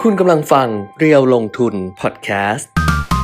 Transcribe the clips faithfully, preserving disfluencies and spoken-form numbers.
คุณกำลังฟังเรียวลงทุนพอดแคสต์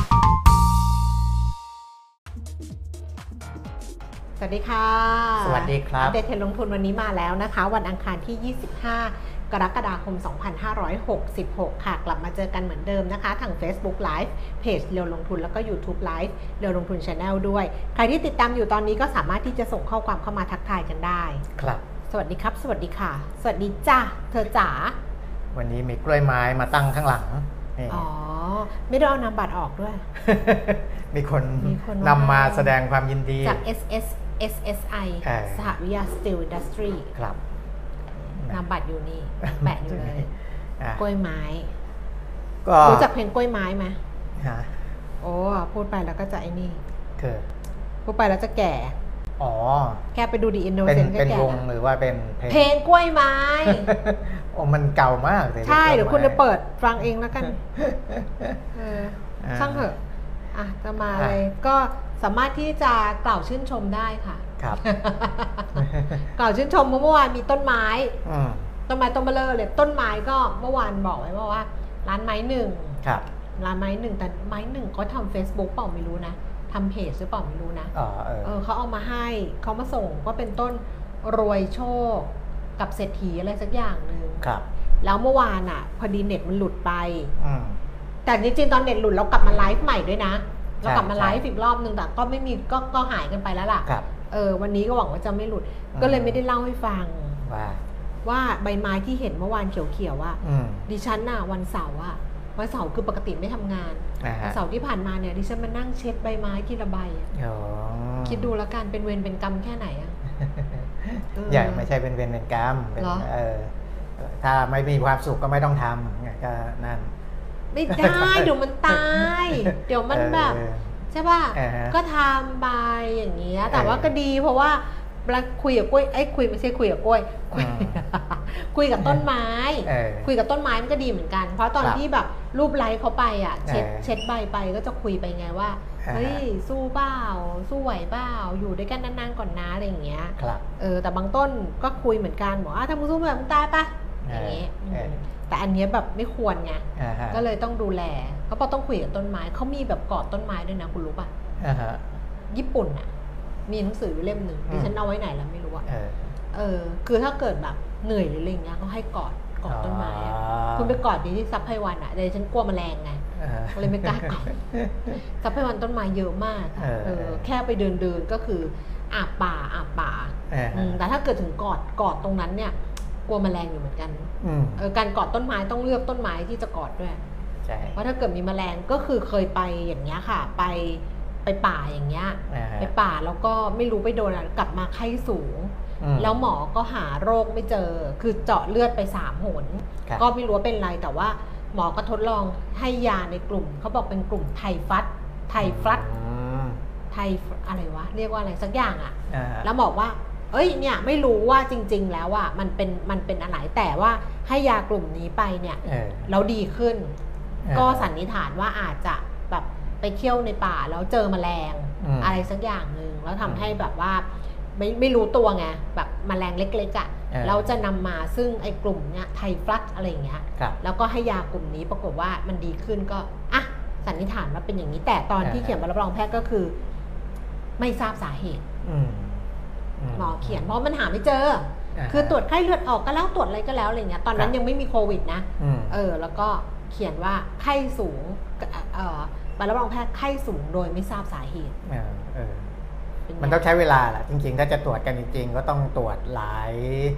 สวัสดีค่ะสวัสดีครับอัปเดตเทรนด์ลงทุนวันนี้มาแล้วนะคะวันอังคารที่ยี่สิบห้ากรกฎาคมสองพันห้าร้อยหกสิบหกค่ะกลับมาเจอกันเหมือนเดิมนะคะทาง Facebook Live เพจเรียวลงทุนแล้วก็ YouTube Live เรียวลงทุน Channel ด้วยใครที่ติดตามอยู่ตอนนี้ก็สามารถที่จะส่งข้อความเข้ามาทักทายกันได้ครับสวัสดีครับสวัสดีค่ะสวัสดีจ้าเธอจ๋าวันนี้มีกล้วยไม้มาตั้งข้างหลังอ๋อไม่ได้เอานามบัตรออกด้วยมีคนนำมาแสดงความยินดีจาก เอส เอส เอส เอส ไอ สหวิทยา Steel Industry ครับนามบัตรอยู่นี่แปะอยู่เลยกล้วยไม้รู้จักเพลงกล้วยไม้ไหมฮะโอ้พูดไปแล้วก็จะไอ้นี่คือพูดไปแล้วจะแก่อ๋อแค่ไปดูดีอินโนเซนต์ก็แก่เป็นวงหรือว่าเป็นเพลงเพลงกล้วยไม้โอ้มันเก่ามากเลยใช่เดี๋ยวคุณจะเปิดฟังเองแล้วกันเออช่างเถอะอ่ะจะมาอะไรก็สามารถที่จะกล่าวชื่นชมได้ค่ะครับกล่าวชื่นชมเมื่อวานมีต้นไม้ต้นไม้ต้นเบลอเลยต้นไม้ก็เมื่อวานบอกไว้ว่าร้านไม้หนึ่งร้านไม้หนึ่งแต่ไม้หนึ่งเขาทำ Facebook เปล่าไม่รู้นะทำเพจหรือเปล่าไม่รู้นะเออเออเขาเอามาให้เขามาส่งก็เป็นต้นรวยโชคกับเศรษฐีอะไรสักอย่างนึงแล้วเมื่อวานอ่ะพอดีเน็ตมันหลุดไปแต่จริงๆตอนเน็ตหลุดเรากลับมาไลฟ์ใหม่ด้วยนะเรากลับมาไลฟ์อีกรอบนึงแต่ก็ไม่มีก็ก็หายกันไปแล้วล่ะเออวันนี้ก็หวังว่าจะไม่หลุดก็เลยไม่ได้เล่าให้ฟังว่าว่าใบไม้ที่เห็นเมื่อวานเขียวๆว่าดิฉันน่ะวันเสาร์อ่ะวันเสาร์คือปกติไม่ทำงานวันเสาร์ที่ผ่านมาเนี่ยดิฉันมานั่งเช็ดใบไม้ที่ระบายคิดดูแล้วกันเป็นเวรเป็นกรรมแค่ไหนอ่ะอย่าไม่ใช่เป็นเวรเป็นกรรมเออถ้าไม่มีความสุขก็ไม่ต้องทำก็นั่นไม่ได้เดี๋ยวมันตายเดี๋ยวมันแบบใช่ป่ะก็ทำไปอย่างเงี้ยแต่ว่าก็ดีเพราะว่าคุยกับกล้วยไอ้คุยไม่ใช่คุยกับกล้วยคุยกับต้นไม้คุยกับต้นไม้มันก็ดีเหมือนกันเพราะตอนที่แบบรูปไลค์เขาไปอ่ะเช็ดเช็ดใบไปก็จะคุยไปไงว่าเฮ้ยสู้เปล่าสู้ไหวเปล่าอยู่ด้วยกันนานๆก่อนนะอะไรอย่างเงี้ยเออแต่บางต้นก็คุยเหมือนกันบอกว่าถ้ามึงสู้แบบมึงตายปะอย่างเงี้ยแต่อันนี้แบบไม่ควรไงก็เลยต้องดูแลเขาบอกต้องคุยกับต้นไม้เขามีแบบกอดต้นไม้ด้วยนะคุณรู้ป่ะญี่ปุ่นอ่ะมีหนังสือเล่มหนึ่งดิฉันเอาไว้ไหนแล้วไม่รู้อ่ะเออคือถ้าเกิดแบบเหนื่อยหรืออะไรเงี้ยเขาให้กอดกอดต้นไม้อ่ะคุณไปกอดดีที่ซับไพวันอ่ะเดี๋ยวฉันกลัวแมลงไงเลยไม่กล้ากอดซับไพวันต้นไม้เยอะมากเออแค่ไปเดินเดินก็คืออาบป่าอาบป่าแต่ถ้าเกิดถึงกอดกอดตรงนั้นเนี่ยกลัวแมลงอยู่เหมือนกันเออการกอดต้นไม้ต้องเลือกต้นไม้ที่จะกอดด้วยเพราะถ้าเกิดมีแมลงก็คือเคยไปอย่างเงี้ยค่ะไปไปป่าอย่างเงี้ยไปป่าแล้วก็ไม่รู้ไปโดนอะไรกลับมาไข้สูงแล้วหมอก็หาโรคไม่เจอคือเจาะเลือดไปสามหนก็ไม่รู้ว่าเป็นไรแต่ว่าหมอก็ทดลองให้ยาในกลุ่มเขาบอกเป็นกลุ่มไทฟัสไทฟัสไทอะไรวะเรียกว่าอะไรสักอย่างอ่ะแล้วบอกว่าเอ้ยเนี่ยไม่รู้ว่าจริงๆแล้วอ่ะมันเป็นมันเป็นอะไรแต่ว่าให้ยากลุ่มนี้ไปเนี่ยแล้วดีขึ้นก็สันนิษฐานว่าอาจจะแบบไปเที่ยวในป่าแล้วเจอแมลงอะไรสักอย่างนึงแล้วทำให้แบบว่าไม่ไม่รู้ตัวไงแบบแมลงเล็กๆอ่ะแล้วจะนำมาซึ่งไอ้กลุ่มเนี้ยไทฟัสอะไรอย่างเงี้ยแล้วก็ให้ยากลุ่มนี้ปรากฏว่ามันดีขึ้นก็อ่ะสันนิษฐานว่าเป็นอย่างนี้แต่ตอนที่เขียนใบรับรองแพทย์ก็คือไม่ทราบสาเหตุหมอเขียนเพราะมันหาไม่เจอคือตรวจไข้เลือดออกก็แล้วตรวจอะไรก็แล้วอะไรเงี้ยตอนนั้นยังไม่มีโควิดนะเออแล้วก็เขียนว่าไข้สูงเอ่อใบรับรองแพทย์ไข้สูงโดยไม่ทราบสาเหตุมันต้องใช้เวลาแหละจริงๆถ้าจะตรวจกันจริงๆก็ต้องตรวจหลาย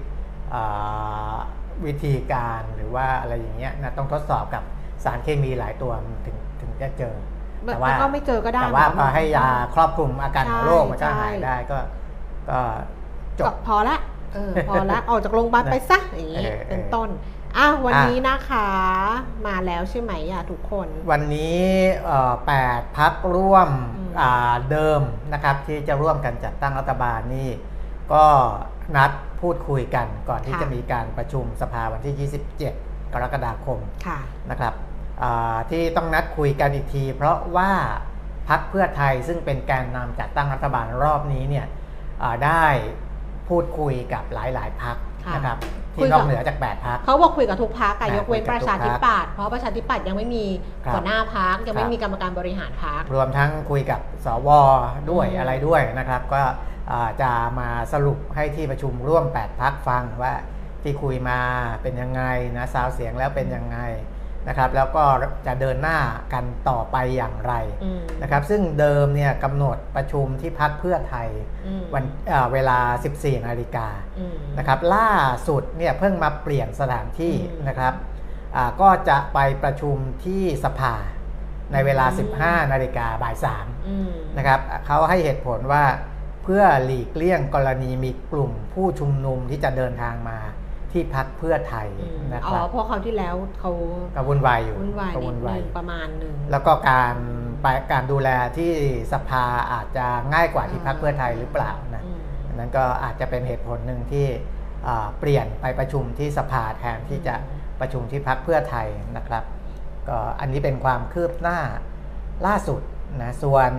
วิธีการหรือว่าอะไรอย่างเงี้ยนะต้องทดสอบกับสารเคมีหลายตัวถึงถึงจะเจอแต่ว่าก็ไม่เจอก็ได้แต่ว่าพอให้ยาครอบคลุมอาการของโรคมันก็หายได้ก็ก็จบพอละเออพอละออกจากโรงพยาบาลไปซะอย่างนี้เป็นต้นอ่ะวันนี้นะคะมาแล้วใช่ไหมอ่ะทุกคนวันนี้แปดพรรคร่วมเดิมนะครับที่จะร่วมกันจัดตั้งรัฐบาลนี่ก็นัดพูดคุยกันก่อนที่จะมีการประชุมสภาวันที่ยี่สิบเจ็ดกรกฎาคมนะครับที่ต้องนัดคุยกันอีกทีเพราะว่าพรรคเพื่อไทยซึ่งเป็นแกนนำจัดตั้งรัฐบาลรอบนี้เนี่ยได้พูดคุยกับหลายๆพรรคนะครับที่นอกเหนือจากแปดพรรคเขาบอกคุยกับทุกพรรคยกเว้นประชาธิปัตย์เพราะประชาธิปัตย์ยังไม่มีหัวหน้าพรรคยังไม่มีกรรมการบริหารพรรครวมทั้งคุยกับสวด้วยอะไรด้วยนะครับก็จะมาสรุปให้ที่ประชุมร่วมแปดพรรคฟังว่าที่คุยมาเป็นยังไงนะซาวเสียงแล้วเป็นยังไงนะครับแล้วก็จะเดินหน้ากันต่อไปอย่างไรนะครับซึ่งเดิมเนี่ยกำหนดประชุมที่พรรคเพื่อไทยวันเวลา สิบสี่นาฬิกานะครับล่าสุดเนี่ยเพิ่งมาเปลี่ยนสถานที่นะครับก็จะไปประชุมที่สภาในเวลา สิบห้านาฬิกาบ่ายสามนะครับเขาให้เหตุผลว่าเพื่อหลีกเลี่ยงกรณีมีกลุ่มผู้ชุมนุมที่จะเดินทางมาที่พรรคเพื่อไทยนะครับอ๋อเพราะเขาที่แล้วเขากระวุ่นวายอยู่วุ่นวายนิดนึงประมาณนึงแล้วก็การการดูแลที่สภาอาจจะง่ายกว่าที่พรรคเพื่อไทยหรือเปล่านะนั้นก็อาจจะเป็นเหตุผลหนึ่งที่เปลี่ยนไปประชุมที่สภาแทนที่จะประชุมที่พรรคเพื่อไทยนะครับก็อันนี้เป็นความคืบหน้าล่าสุดนะส่วน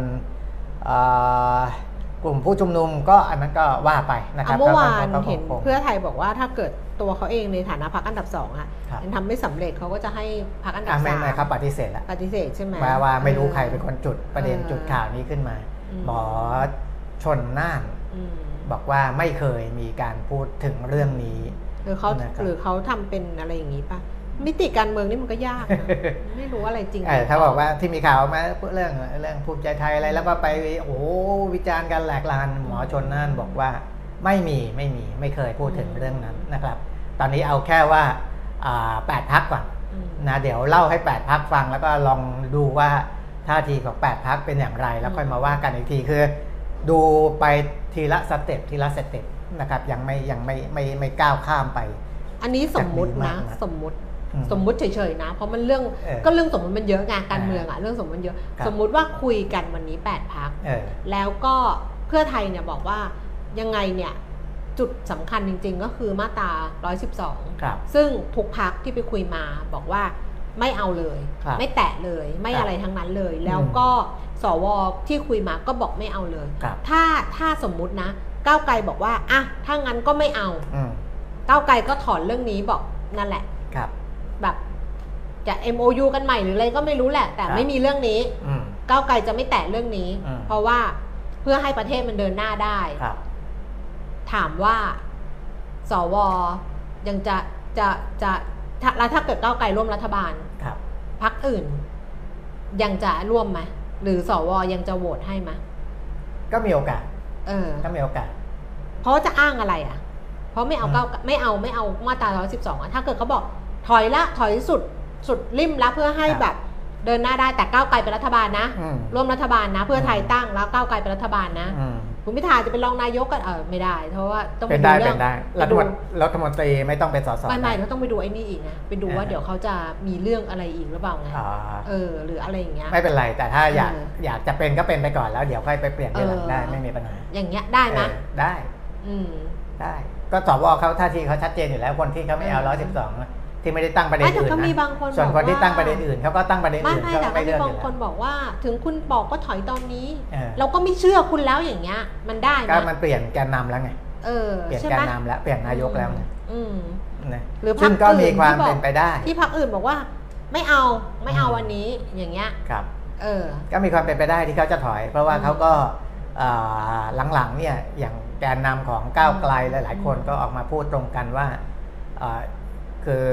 กลุ่มผู้ชุมนุมก็อันนั้นก็ว่าไปนะครับเมื่อวานเห็นเพื่อไทยบอกว่าถ้าเกิดตัวเขาเองในฐานะพรรคอันดับสองอ่ะยังทำไม่สำเร็จเขาก็จะให้พรรคอันดับสามไม่ครับปฏิเสธแล้วปฏิเสธใช่ไหมว่าไม่รู้ใครเป็นคนจุดประเด็นจุดข่าวนี้ขึ้นมาหมอชนน่านบอกว่าไม่เคยมีการพูดถึงเรื่องนี้หรือเขาหรือเขาทำเป็นอะไรอย่างนี้ป่ะมิติการเมืองนี่มันก็ยากนะไม่รู้อะไรจริงถ้าบอกว่าที่มีข่าวมาเรื่องเรื่องภูมิใจไทยอะไรแล้วก็ไปโอ้วิจารณ์กันแหลกลานหมอชนน่านบอกว่าไม่มีไม่มีไม่เคยพูดถึงเรื่องนั้นนะครับตอนนี้เอาแค่ว่าแปดพรรคก่อนนะเดี๋ยวเล่าให้แปดพรรคฟังแล้วก็ลองดูว่าท่าทีของแปดพรรคเป็นอย่างไรแล้วค่อยมาว่ากันอีกทีคือดูไปทีละสเต็ปทีละสเต็ปนะครับยังไม่ยังไม่ไม่ไม่ก้าวข้ามไปอันนี้สมมุตินะสมมุติสมมุติเฉยๆนะเพราะมันเรื่องก็เรื่องสมมุติมันเยอะไงการเมืองอะเรื่องสมมุติเยอะสมมุติว่าคุยกันวันนี้แปดพรรคแล้วก็เพื่อไทยเนี่ยบอกว่ายังไงเนี่ยจุดสำคัญจริงๆก็คือมาตราหนึ่งร้อยสิบสองซึ่งทุกพรรคที่ไปคุยมาบอกว่าไม่เอาเลยไม่แตะเลยไม่อะไรทั้งนั้นเลยแล้วก็สวที่คุยมาก็บอกไม่เอาเลยถ้าถ้าสมมุตินะก้าวไกลบอกว่าอ่ะถ้างั้นก็ไม่เอาก้าวไกลก็ถอนเรื่องนี้บอกนั่นแหละแบบจะ เอ็ม โอ ยู กันใหม่หรืออะไรก็ไม่รู้แหละแต่ไม่มีเรื่องนี้ก้าวไกลจะไม่แตะเรื่องนี้เพราะว่าเพื่อให้ประเทศมันเดินหน้าได้ถามว่าสวยังจะจะจะแล้วถ้าเกิดก้าวไกลร่วมรัฐบาลพรรคอื่นยังจะร่วมไหมหรือสวยังจะโหวตให้ไหมก็มีโอกาสเออก็มีโอกาสเพราะจะอ้างอะไรอ่ะเพราะไม่เอาก้าวไม่เอาไม่เอามาตราหนึ่งร้อยสิบสองอ่ะถ้าเกิดเขาบอกถอยละถอยสุดสุดริมละเพื่อให้แบบเดินหน้าได้แต่ก้าวไกลเป็นรัฐบาลนะร่วมรัฐบาลนะเพื่อไทยตั้งแล้วก้าวไกลเป็นรัฐบาลนะคุณพิธาจะเป็นรองนายกกันเออไม่ได้เพราะว่าต้องไปดูเรื่องรัฐมนตรีรัฐมนตรีไม่ต้องเป็นสสไม่ไม่เราต้องไปดูไอ้นี่อีกนะไปดูว่าเดี๋ยวเขาจะมีเรื่องอะไรอีกหรือเปล่าไงเออหรืออะไรอย่างเงี้ยไม่เป็นไรแต่ถ้าอยากอยากจะเป็นก็เป็นไปก่อนแล้วเดี๋ยวค่อยไปเปลี่ยนทีหลังได้ไม่มีปัญหาอย่างเงี้ยได้ไหมได้อืมได้ก็สวเขาท่าทีเขาชัดเจนอยู่แล้วคนที่เขาไม่เอาหนึ่งร้อยสิบสองที่ไม่ได้ตั้งประเด็นอื่นนะส่วนคนที่ตั้งประเด็นอื่นเขาก็ตั้งประเด็นอื่นเขาไม่เลือกอยู่แล้วบางคนบอกว่าถึงคุณบอกก็ถอยตอนนี้เราก็ไม่เชื่อคุณแล้วอย่างเงี้ยมันได้ไหมก็มันเปลี่ยนแกนนำแล้วไงเปลี่ยนแกนนำแล้วเปลี่ยนนายกแล้วไงหรือพรรคอื่นก็มีความเป็นไปได้ที่พรรคอื่นบอกว่าไม่เอาไม่เอาวันนี้อย่างเงี้ยครับเออก็มีความเป็นไปได้ที่เขาจะถอยเพราะว่าเขาก็หลังๆเนี่ยอย่างแกนนำของก้าวไกลหลายๆคนก็ออกมาพูดตรงกันว่าคือ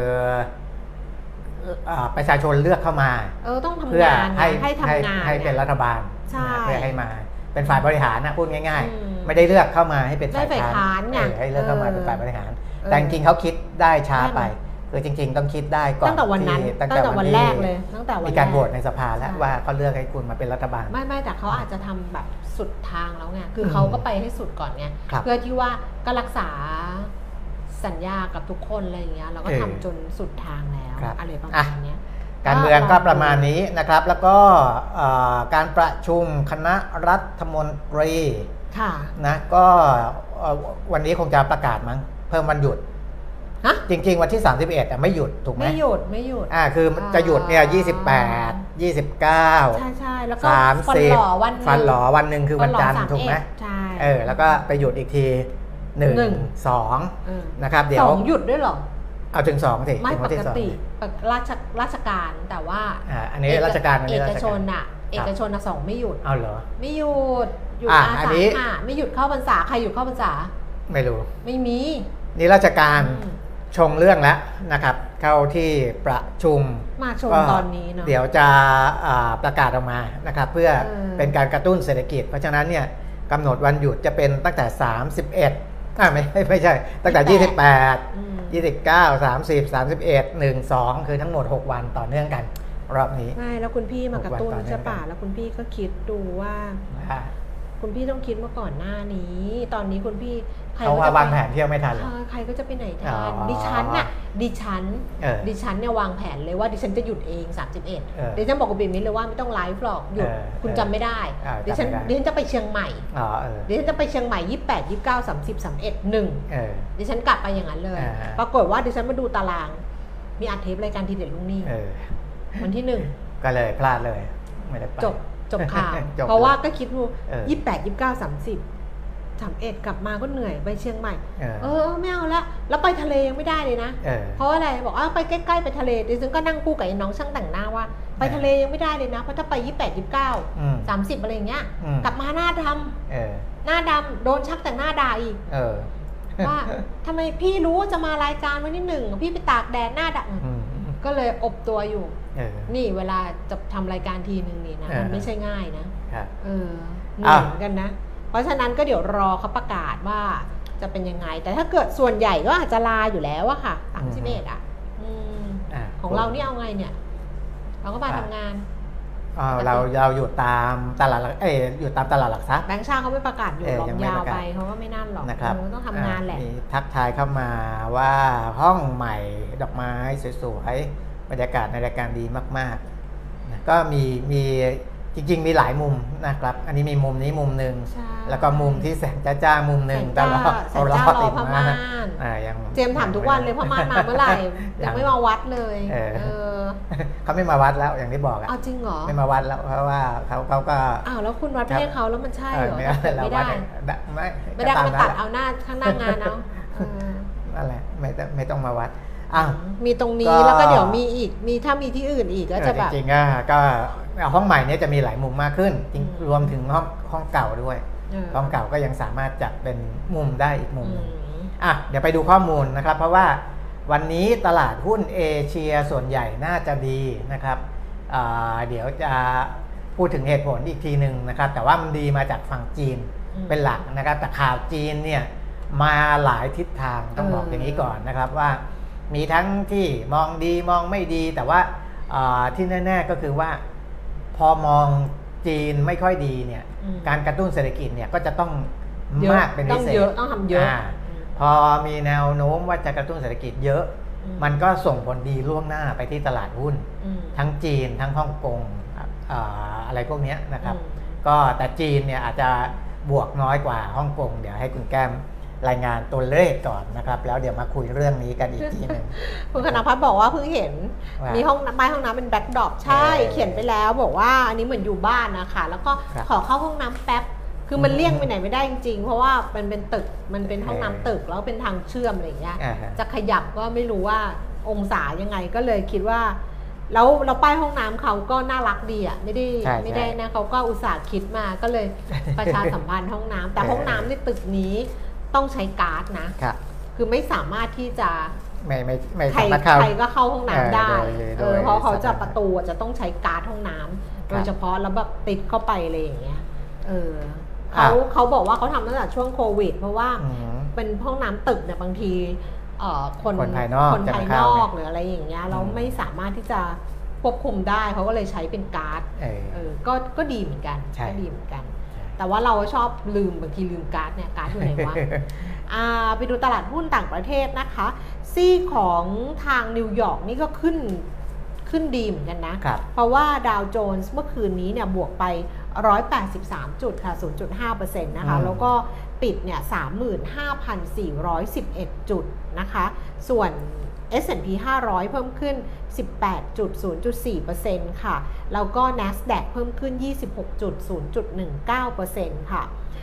ประชาชนเลือกเข้ามาเออต้องทำงานให้ให้ทำงานให้เป็นรัฐบาลเพื่อให้มาเป็นฝ่ายบริหารนะพูดง่ายๆไม่ได้เลือกเข้ามาให้เป็นฝ่ายค้านให้เลือกเข้ามาเป็นฝ่ายบริหารแต่จริงๆเขาคิดได้ช้าไปคือจริงๆต้องคิดได้ก่อนตั้งแต่วันนั้นตั้งแต่วันแรกเลยตั้งแต่วันมีการโหวตในสภาแล้วว่าเขาเลือกให้คุณมาเป็นรัฐบาลไม่ไม่แต่เขาอาจจะทำแบบสุดทางแล้วไงคือเขาก็ไปให้สุดก่อนไงเพื่อที่ว่าก็รักษาสัญญากับทุกคนอะไรอย่างเงี้ยเราก็ทำจนสุดทางแล้วอะไรประมาณนี้การเมืองก็ประมาณนี้นะครับแล้วก็การประชุมคณะรัฐมนตรีนะก็วันนี้คงจะประกาศมั้งเพิ่มวันหยุดจริงๆวันที่สามสิบเอ็ดไม่หยุดถูกไหมไม่หยุดไม่หยุดอ่าคือจะหยุดเนี่ยยี่สิบแปด ยี่สิบเก้าใช่ๆแล้วก็ฟันหล่อวันนึงฟันหล่อวันนึงคือวันจันทร์ถูกไหมใช่เออแล้วก็ไปหยุดอีกทีหนึ่ง สองนะครับเดี๋ยวสองหยุดด้วยหรอเอาถึงสองสิไม่ปกติราชราชการแต่ว่าอันนี้ราชการเอกชนอ่ะเอกชนสองไม่หยุดเอาเหรอไม่หยุดหยุดอาสาอ่ะไม่หยุดเข้าพรรษาใครหยุดเข้าพรรษาไม่รู้ไม่มีนี่ราชการชงเรื่องแล้วนะครับเข้าที่ประชุมมาชมตอนนี้เนาะเดี๋ยวจะประกาศออกมานะครับเพื่อเป็นการกระตุ้นเศรษฐกิจเพราะฉะนั้นเนี่ยกำหนดวันหยุดจะเป็นตั้งแต่สามสิบเอ็ดอ่าไม่ไม่ใช่ตั้งแต่ยี่สิบแปด ยี่สิบเก้า สามสิบ สามสิบเอ็ด หนึ่ง สองคือทั้งหมดหกวันต่อเนื่องกันรอบนี้ใช่แล้วคุณพี่มากระตุ้นใช่ป่ะแล้วคุณพี่ก็คิดดูว่าคุณพี่ต้องคิดมาก่อนหน้านี้ตอนนี้คุณพี่ใครก็จะวางแผนเที่ยวไม่ทันใครก็จะไปไหนทันดิฉันน่ะดิฉันดิฉันเนี่ยวางแผนเลยว่าดิฉันจะหยุดเองสามสิบเอ็ดเดี๋ยวฉันบอกกับบิ๊มนี้เลยว่าไม่ต้องไลฟ์หรอกหยุดคุณจำไม่ได้ดิฉันดิฉันจะไปเชียงใหม่ดิฉันจะไปเชียงใหม่ยี่สิบแปด ยี่สิบเก้า สามสิบ สามสิบเอ็ด หนึ่งดิฉันกลับไปอย่างนั้นเลยปรากฏว่าดิฉันมาดูตารางมีอัดเทปรายการทีเด็ดลุงนี่วันที่หนึ่งก็เลยพลาดเลยไม่ได้ไปจบจบข่าวเพราะว่าก็คิดว่ายี่สิบแปด ยี่สิบเก้า สามสิบ สามสิบเอ็ดกลับมาก็เหนื่อยไปเชียงใหม่เออไม่เอาละแล้วไปทะเลยังไม่ได้เลยนะเพราะอะไรบอกว่าไปใกล้ๆไปทะเลดิฉันก็นั่งคู่กับไอ้น้องช่างแต่งหน้าว่าไปทะเลยังไม่ได้เลยนะเพราะถ้าไปยี่สิบแปด ยี่สิบเก้า สามสิบอะไรอย่างเงี้ยกลับมาหน้าดำหน้าดำโดนชักแต่งหน้าด่าอีกว่าทำไมพี่รู้จะมารายการวันที่หนึ่งพี่ไปตากแดดหน้าดำก็เลยอบตัวอยู่นี่เวลาจะทำรายการทีนึงนี่นะมันไม่ใช่ง่ายนะเออเหมือนกันนะเพราะฉะนั้นก็เดี๋ยวรอเขาประกาศว่าจะเป็นยังไงแต่ถ้าเกิดส่วนใหญ่ก็อาจจะลาอยู่แล้วอะค่ะสามสิบเอ็ดอ่ะของเรานี่เอาไงเนี่ยเราก็มาทำงานเราเราอยู่ตามตลาดเอออยู่ตามตลาดหลักทรัพย์แบงค์ชาติเขาไม่ประกาศอยู่หรอกยาวไปเขาก็ไม่นั่นหรอกนะครับต้องทำงานแหละทักทายเข้ามาว่าห้องใหม่ดอกไม้สวยๆบรรยากาศในรายการดีมากๆก็มีมีจริงๆมีหลายมุมนะครับอันนี้มีมุมนี้มุมหนึ่งแล้วก็มุมที่แสงจ้าจ้ามุมหนึ่งแต่เราเรารอติดมาอ่ายังเจมถามทุกวันเลยพม่านมาเมื่อไหร่ยังไม่มาวัดเลยเขาไม่มาวัดแล้วอย่างที่บอกอ่ะเอาจริงเหรอไม่มาวัดแล้วเพราะว่าเขาเขาก็อ้าวแล้วคุณวัดให้เขาแล้วมันใช่เหรอไม่ได้ไม่ไม่ได้มาตัดเอาหน้าข้างหน้างานเอานั่นแหละไม่ไม่ต้องมาวัดอ้าวมีตรงนี้แล้วก็เดี๋ยวมีอีกมีถ้ามีที่อื่นอีกก็จะแบบจริงๆก็ห้องใหม่นี้จะมีหลายมุมมากขึ้นรวมถึงห้องห้องเก่าด้วยห้องเก่าก็ยังสามารถจัดเป็นมุมได้อีกมุมอ่ะเดี๋ยวไปดูข้อมูลนะครับเพราะว่าวันนี้ตลาดหุ้นเอเชียส่วนใหญ่น่าจะดีนะครับเดี๋ยวจะพูดถึงเหตุผลอีกทีหนึ่งนะครับแต่ว่ามันดีมาจากฝั่งจีนเป็นหลักนะครับแต่ข่าวจีนเนี่ยมาหลายทิศทางต้องบอกอย่างนี้ก่อนนะครับว่ามีทั้งที่มองดีมองไม่ดีแต่ว่าที่แน่ๆก็คือว่าพอมองจีนไม่ค่อยดีเนี่ยการกระตุ้นเศรษฐกิจเนี่ยก็จะต้องมากเป็นพิเศษต้องเยอะต้องทำเยอะพอมีแนวโน้มว่าจะกระตุ้นเศรษฐกิจเยอะมันก็ส่งผลดีล่วงหน้าไปที่ตลาดหุ้นทั้งจีนทั้งฮ่องกงอะไรพวกนี้นะครับก็แต่จีนเนี่ยอาจจะบวกน้อยกว่าฮ่องกงเดี๋ยวให้คุณแก้มรายงานตัวเลขก่อนนะครับแล้วเดี๋ยวมาคุยเรื่องนี้กันอีกทีนึงคุณคณพัฒน์บอกว่าเพิ่งเห็นมีห้องป้ายห้องน้ำเป็นแบ็คดรอปใช่เขียนไปแล้วบอกว่าอันนี้เหมือนอยู่บ้านนะคะแล้วก็ขอเข้าห้องน้ำแป๊บคือมันเลี่ยงไปไหนไม่ได้จริงๆเพราะว่ามันเป็นตึกมันเป็นห้องน้ำตึกแล้วเป็นทางเชื่อมอะไรอย่างเงี้ยจะขยับก็ไม่รู้ว่าองศายังไงก็เลยคิดว่าแล้วเราป้ายห้องน้ำเขาก็น่ารักดีอ่ะไม่ได้ไม่ได้นะเขาก็อุตส่าห์คิดมาก็เลยประชาสัมพันธ์ห้องน้ำแต่ห้องน้ำในตึกนี้ต้องใช้การ์ดนะคือไม่สามารถที่จะไม่ไม่ไม่ใครใครก็เข้าห้องน้ำได้เออเพราะเขาจะประตูจะต้องใช้การ์ดห้องน้ำโดยเฉพาะแล้วแบบติดเข้าไปเลยอย่างเงี้ยเออเขาเขาบอกว่าเขาทำตั้งแต่ช่วงโควิดเพราะว่าเป็นห้องน้ำตึกเนี่ยบางทีคนภายนอกคนภายนอกหรืออะไรอย่างเงี้ยเราไม่สามารถที่จะควบคุมได้เขาก็เลยใช้เป็นการ์ดเออก็ก็ดีเหมือนกันก็ดีเหมือนกันแต่ว่าเราชอบลืมบางทีลืมการ์ดเนี่ยการ์ดอยู่ไหนวะไปดูตลาดหุ้นต่างประเทศนะคะซี่ของทางนิวยอร์กนี่ก็ขึ้นขึ้นดีเหมือนกันนะเพราะว่าดาวโจนส์เมื่อคืนนี้เนี่ยบวกไปหนึ่งร้อยแปดสิบสามจุดค่ะ ศูนย์จุดห้าเปอร์เซ็นต์ นะคะแล้วก็ปิดเนี่ย สามหมื่นห้าพันสี่ร้อยสิบเอ็ด จุดนะคะส่วน เอส แอนด์ พี ห้าร้อยเพิ่มขึ้น สิบแปดจุดศูนย์จุดสี่เปอร์เซ็นต์ ค่ะแล้วก็ NASDAQ เพิ่มขึ้น ยี่สิบหกจุดศูนย์จุดหนึ่งเก้าเปอร์เซ็นต์ ค่ะ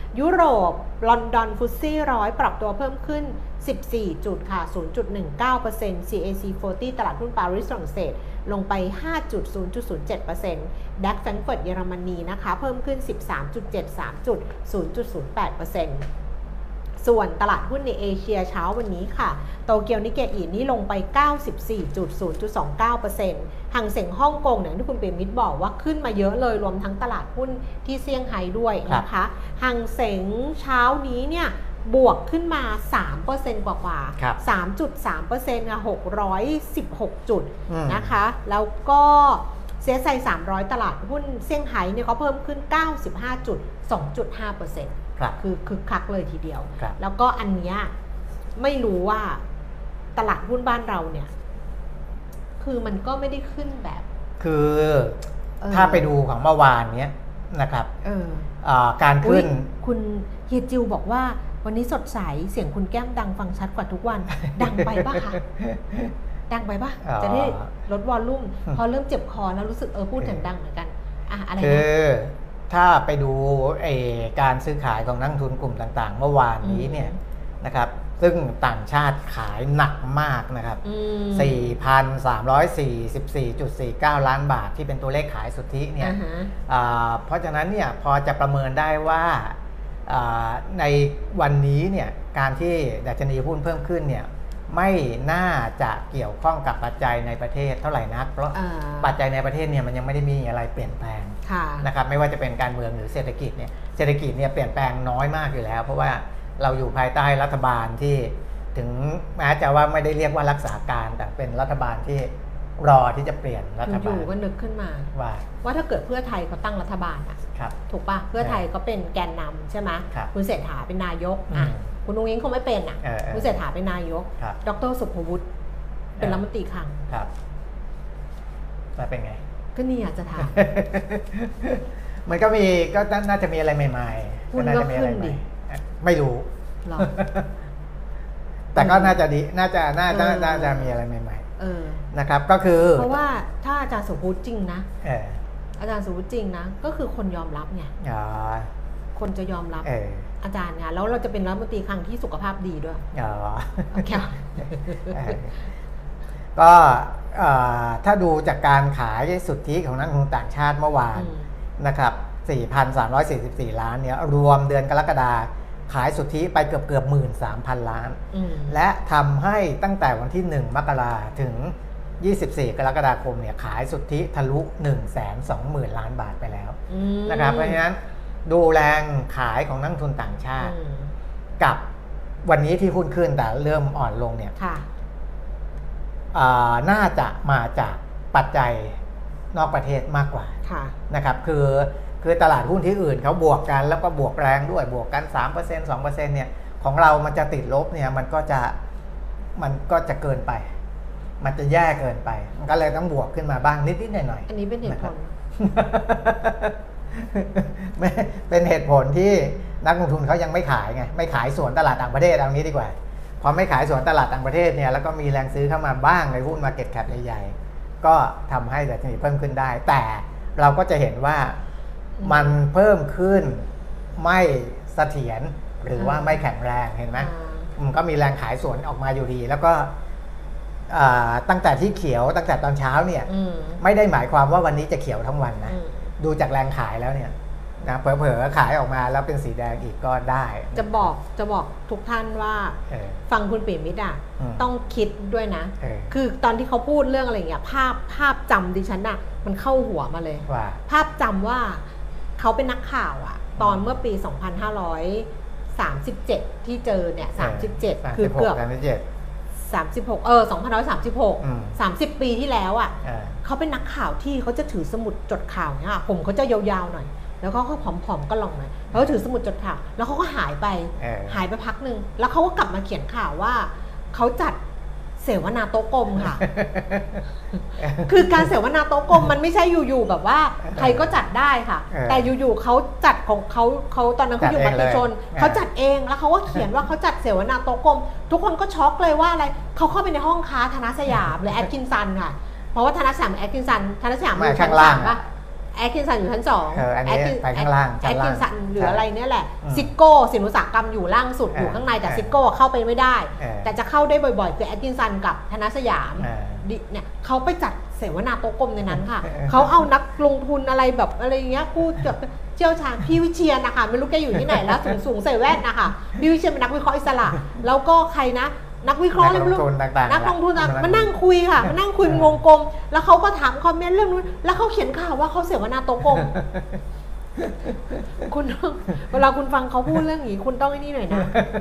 ยุโรปลอนดอนฟุตซี่ร้อยปรับตัวเพิ่มขึ้นสิบสี่จุดค่ะ ศูนย์จุดหนึ่งเก้าเปอร์เซ็นต์ ซี เอ ซี สี่สิบ ตลาดหุ้นปารีสฝรั่งเศสลงไป ห้าจุดศูนย์ศูนย์เจ็ดเปอร์เซ็นต์ ดัคแฟรงก์เฟิร์ตเยอรมนีนะคะเพิ่มขึ้น สิบสามจุดเจ็ดสาม จุด ศูนย์จุดศูนย์แปดเปอร์เซ็นต์ ส่วนตลาดหุ้นในเอเชียเช้าวันนี้ค่ะโตเกียวนิเกอินี่ลงไป เก้าสิบสี่จุดศูนย์สองเก้าเปอร์เซ็นต์ หังเส็งฮ่องกงอย่างที่คุณเปรมิตรบอกว่าขึ้นมาเยอะเลยรวมทั้งตลาดหุ้นที่เซี่ยงไฮ้ด้วยนะคะหังเส็งเช้านี้เนี่ยบวกขึ้นมา สามเปอร์เซ็นต์ กว่าๆ สามจุดสามเปอร์เซ็นต์ ค่ะหกร้อยสิบหกจุดนะคะแล้วก็เซียไซสามร้อยตลาดหุ้นเซี่ยงไฮ้เนี่ยเขาเพิ่มขึ้น เก้าสิบห้าจุดสองจุดห้าเปอร์เซ็นต์ คือคึกคักเลยทีเดียวแล้วก็อันเนี้ยไม่รู้ว่าตลาดหุ้นบ้านเราเนี่ยคือมันก็ไม่ได้ขึ้นแบบคือถ้าไปดูของเมื่อวานเนี้ยนะครับเออการขึ้นคุณเฮียจิวบอกว่าวันนี้สดใสเสียงคุณแก้มดังฟังชัดกว่าทุกวันดังไปป่ะคะดังไปป่ะจะได้ลดวอลลุ่มพอเริ่มเจ็บคอแล้วรู้สึกเออพูดถึงดังเหมือนกันอะอะไรนะคือถ้าไปดูไอ้การซื้อขายของนักทุนกลุ่มต่างๆเมื่อวานนี้เนี่ยนะครับซึ่งต่างชาติขายหนักมากนะครับ สี่พันสามร้อยสี่สิบสี่จุดสี่เก้า ล้านบาทที่เป็นตัวเลขขายสุทธิเนี่ย uh-huh. เพราะฉะนั้นเนี่ยพอจะประเมินได้ว่าในวันนี้เนี่ยการที่ดัชนีหุ้นเพิ่มขึ้นเนี่ยไม่น่าจะเกี่ยวข้องกับปัจจัยในประเทศเท่าไหร่นักเพราะปัจจัยในประเทศเนี่ยมันยังไม่ได้มีอะไรเปลี่ยนแปลงนะครับไม่ว่าจะเป็นการเมืองหรือเศรษฐกิจเนี่ยเศรษฐกิจเนี่ยเปลี่ยนแปลงน้อยมากอยู่แล้วเพราะว่าเราอยู่ภายใต้รัฐบาลที่ถึงแม้จะว่าไม่ได้เรียกว่ารักษาการแต่เป็นรัฐบาลที่รอที่จะเปลี่ยนรัฐบาลอยู่ก็นึกขึ้นมาว่าว่าถ้าเกิดเพื่อไทยเขาตั้งรัฐบาลอ่ะถูกป่ะเพื่อไทยก็เป็นแกนนำใช่ไหมคุณเศรษฐาเป็นนายกอ่ะคุณนุ้งอิงคงไม่เป็นอ่ะคุณเศรษฐาเป็นนายกดร.สุภวุฒิเป็นรัฐมนตรีคลังครับแล้วเป็นไงก็นี่อยากจะถามมันก็มีก็น่าจะมีอะไรใหม่ๆก็น่าจะมีอะไรใหม่ไม่รู้แต่ก็น่าจะดีน่าจะน่าจะน่าจะมีอะไรใหม่ๆนะครับก็คือเพราะว่าถ้าอาจารย์สุภวุฒิจริงนะอาจารย์สุภวุฒิจริงนะก็คือคนยอมรับไงคนจะยอมรับอาจารย์ไงแล้วเราจะเป็นรัฐมนตรีคลังที่สุขภาพดีด้วยอ๋อโอเคก็ถ้าดูจากการขายสุทธิของนักลงทุนต่างชาติเมื่อวานนะครับ สี่พันสามร้อยสี่สิบสี่ ล้านเนี่ยรวมเดือนกรกฎาคมขายสุทธิไปเกือบเกือบ หนึ่งหมื่นสามพัน ล้านและทำให้ตั้งแต่วันที่หนึ่งมกราคมถึงยี่สิบสี่กรกฎาคมเนี่ยขายสุทธิทะลุ หนึ่งแสนสองหมื่น ล้านบาทไปแล้วนะครับเพราะฉะนั้นดูแรงขายของนักทุนต่างชาติกับวันนี้ที่หุ้นขึ้นแต่เริ่มอ่อนลงเนี่ยน่าจะมาจากปัจจัยนอกประเทศมากกว่านะครับคือคือตลาดหุ้นที่อื่นเขาบวกกันแล้วก็บวกแรงด้วยบวกกัน สามเปอร์เซ็นต์ สองเปอร์เซ็นต์ เนี่ยของเรามันจะติดลบเนี่ยมันก็จะมันก็จะเกินไปมันจะแย่เกินไปมันก็เลยต้องบวกขึ้นมาบ้างนิดๆหน่อยๆอันนี้เป็นเหตุผลเป็นเหตุผลที่นักลงทุนเขายังไม่ขายไงไม่ขายส่วนตลาดต่างประเทศเอางี้ดีกว่าพอไม่ขายส่วนตลาดต่างประเทศเนี่ยแล้วก็มีแรงซื้อเข้ามาบ้างในหุ้น market cap ใหญ่ๆก็ทำให้ดัชนีเพิ่มขึ้นได้แต่เราก็จะเห็นว่ามันเพิ่มขึ้นไม่เสถียรหรือว่าไม่แข็งแรงเห็นไหมมันก็มีแรงขายส่วนออกมาอยู่ดีแล้วก็ตั้งแต่ที่เขียวตั้งแต่ตอนเช้าเนี่ยไม่ได้หมายความว่าวันนี้จะเขียวทั้งวันนะดูจากแรงขายแล้วเนี่ยนะเผลอๆขายออกมาแล้วเป็นสีแดงอีกก็ได้จะบอกจะบอกทุกท่านว่าฟังคุณปิ่มมิตรอ่ะต้องคิดด้วยนะคือตอนที่เขาพูดเรื่องอะไรเงี้ยภาพภาพจำดิฉันอ่ะมันเข้าหัวมาเลยภาพจำว่าเขาเป็นนักข่าวอ่ะตอนเมื่อปีสองพันห้าร้อยสามสิบเจ็ดที่เจอเนี่ยสามสิบเจ็ดคือเกือบสามสิบหกเออสองพันห้าร้อยสามสิบหก สามสิบปีที่แล้วอ่ะเขาเป็นนักข่าวที่เขาจะถือสมุดจดข่าวเนี่ยผมเขาจะยาวๆหน่อยแล้วก็เขาผอมๆก็ลองหน่อยแล้วถือสมุดจดข่าวแล้วเขาก็หายไปหายไปพักนึงแล้วเขาก็กลับมาเขียนข่าวว่าเขาจัดเสวนาโต๊ะกลมค่ะ คือการเสวนาโต๊ะกลมมันไม่ใช่อยู่ๆแบบว่าใครก็จัดได้ค่ะแต่อยู่ๆเขาจัดของเขาเขาตอนนั้นเขาอยู่มติชนเขาจัดเองแล้วเขาก็เขียนว่าเขาจัดเสวนาโต๊ะกลมทุกคนก็ช็อกเลยว่าอะไรเขาเข้าไปในห้องค้าธนสยามหรือแอดกินซันค่ะเพราะว่าธนสยามแอดกินซันธนสยามอยู่ชั้นสามป่ะแอตคินสันอยู่ชั้นสองเอออันนี้ไปข้างล่างแอตคินสันหรืออะไรเนี่ยแหละอืมซิโก้สินอุตสาหกรรมอยู่ล่างสุดเอออยู่ข้างในแต่เออซิโก้เข้าไปไม่ได้เออแต่จะเข้าได้บ่อยๆคือแอตคินสันกับธนสยามเออดิเนี่ยเขาไปจัดเสวนาโต๊ะกลมในนั้นค่ะเออเขาเอานักลงทุนอะไรแบบอะไรเงี้ยผู้แบบเชี่ยวชาญพี่วิเชียนนะคะไม่รู้แกอยู่ที่ไหนแล้วสูงสูงใส่แว่นนะคะพี่วิเชียนเป็นนักวิเคราะห์อิสระแล้วก็ใครนะนักวิเคราะห์เลยไม่รู้นักลงทุนต่างๆนักลงทุนนะมานั่งคุยค่ะมานั่งคุยเป็นวงกลมแล้วเขาก็ถามคอมเมนต์เรื่องนู้นแล้วเขาเขียนข่าวว่าเขาเสวนาโต๊ะกลม คุณต้องเวลาคุณฟังเขาพูดเรื่องนี้คุณต้องไอ้นี่หน่อยนะ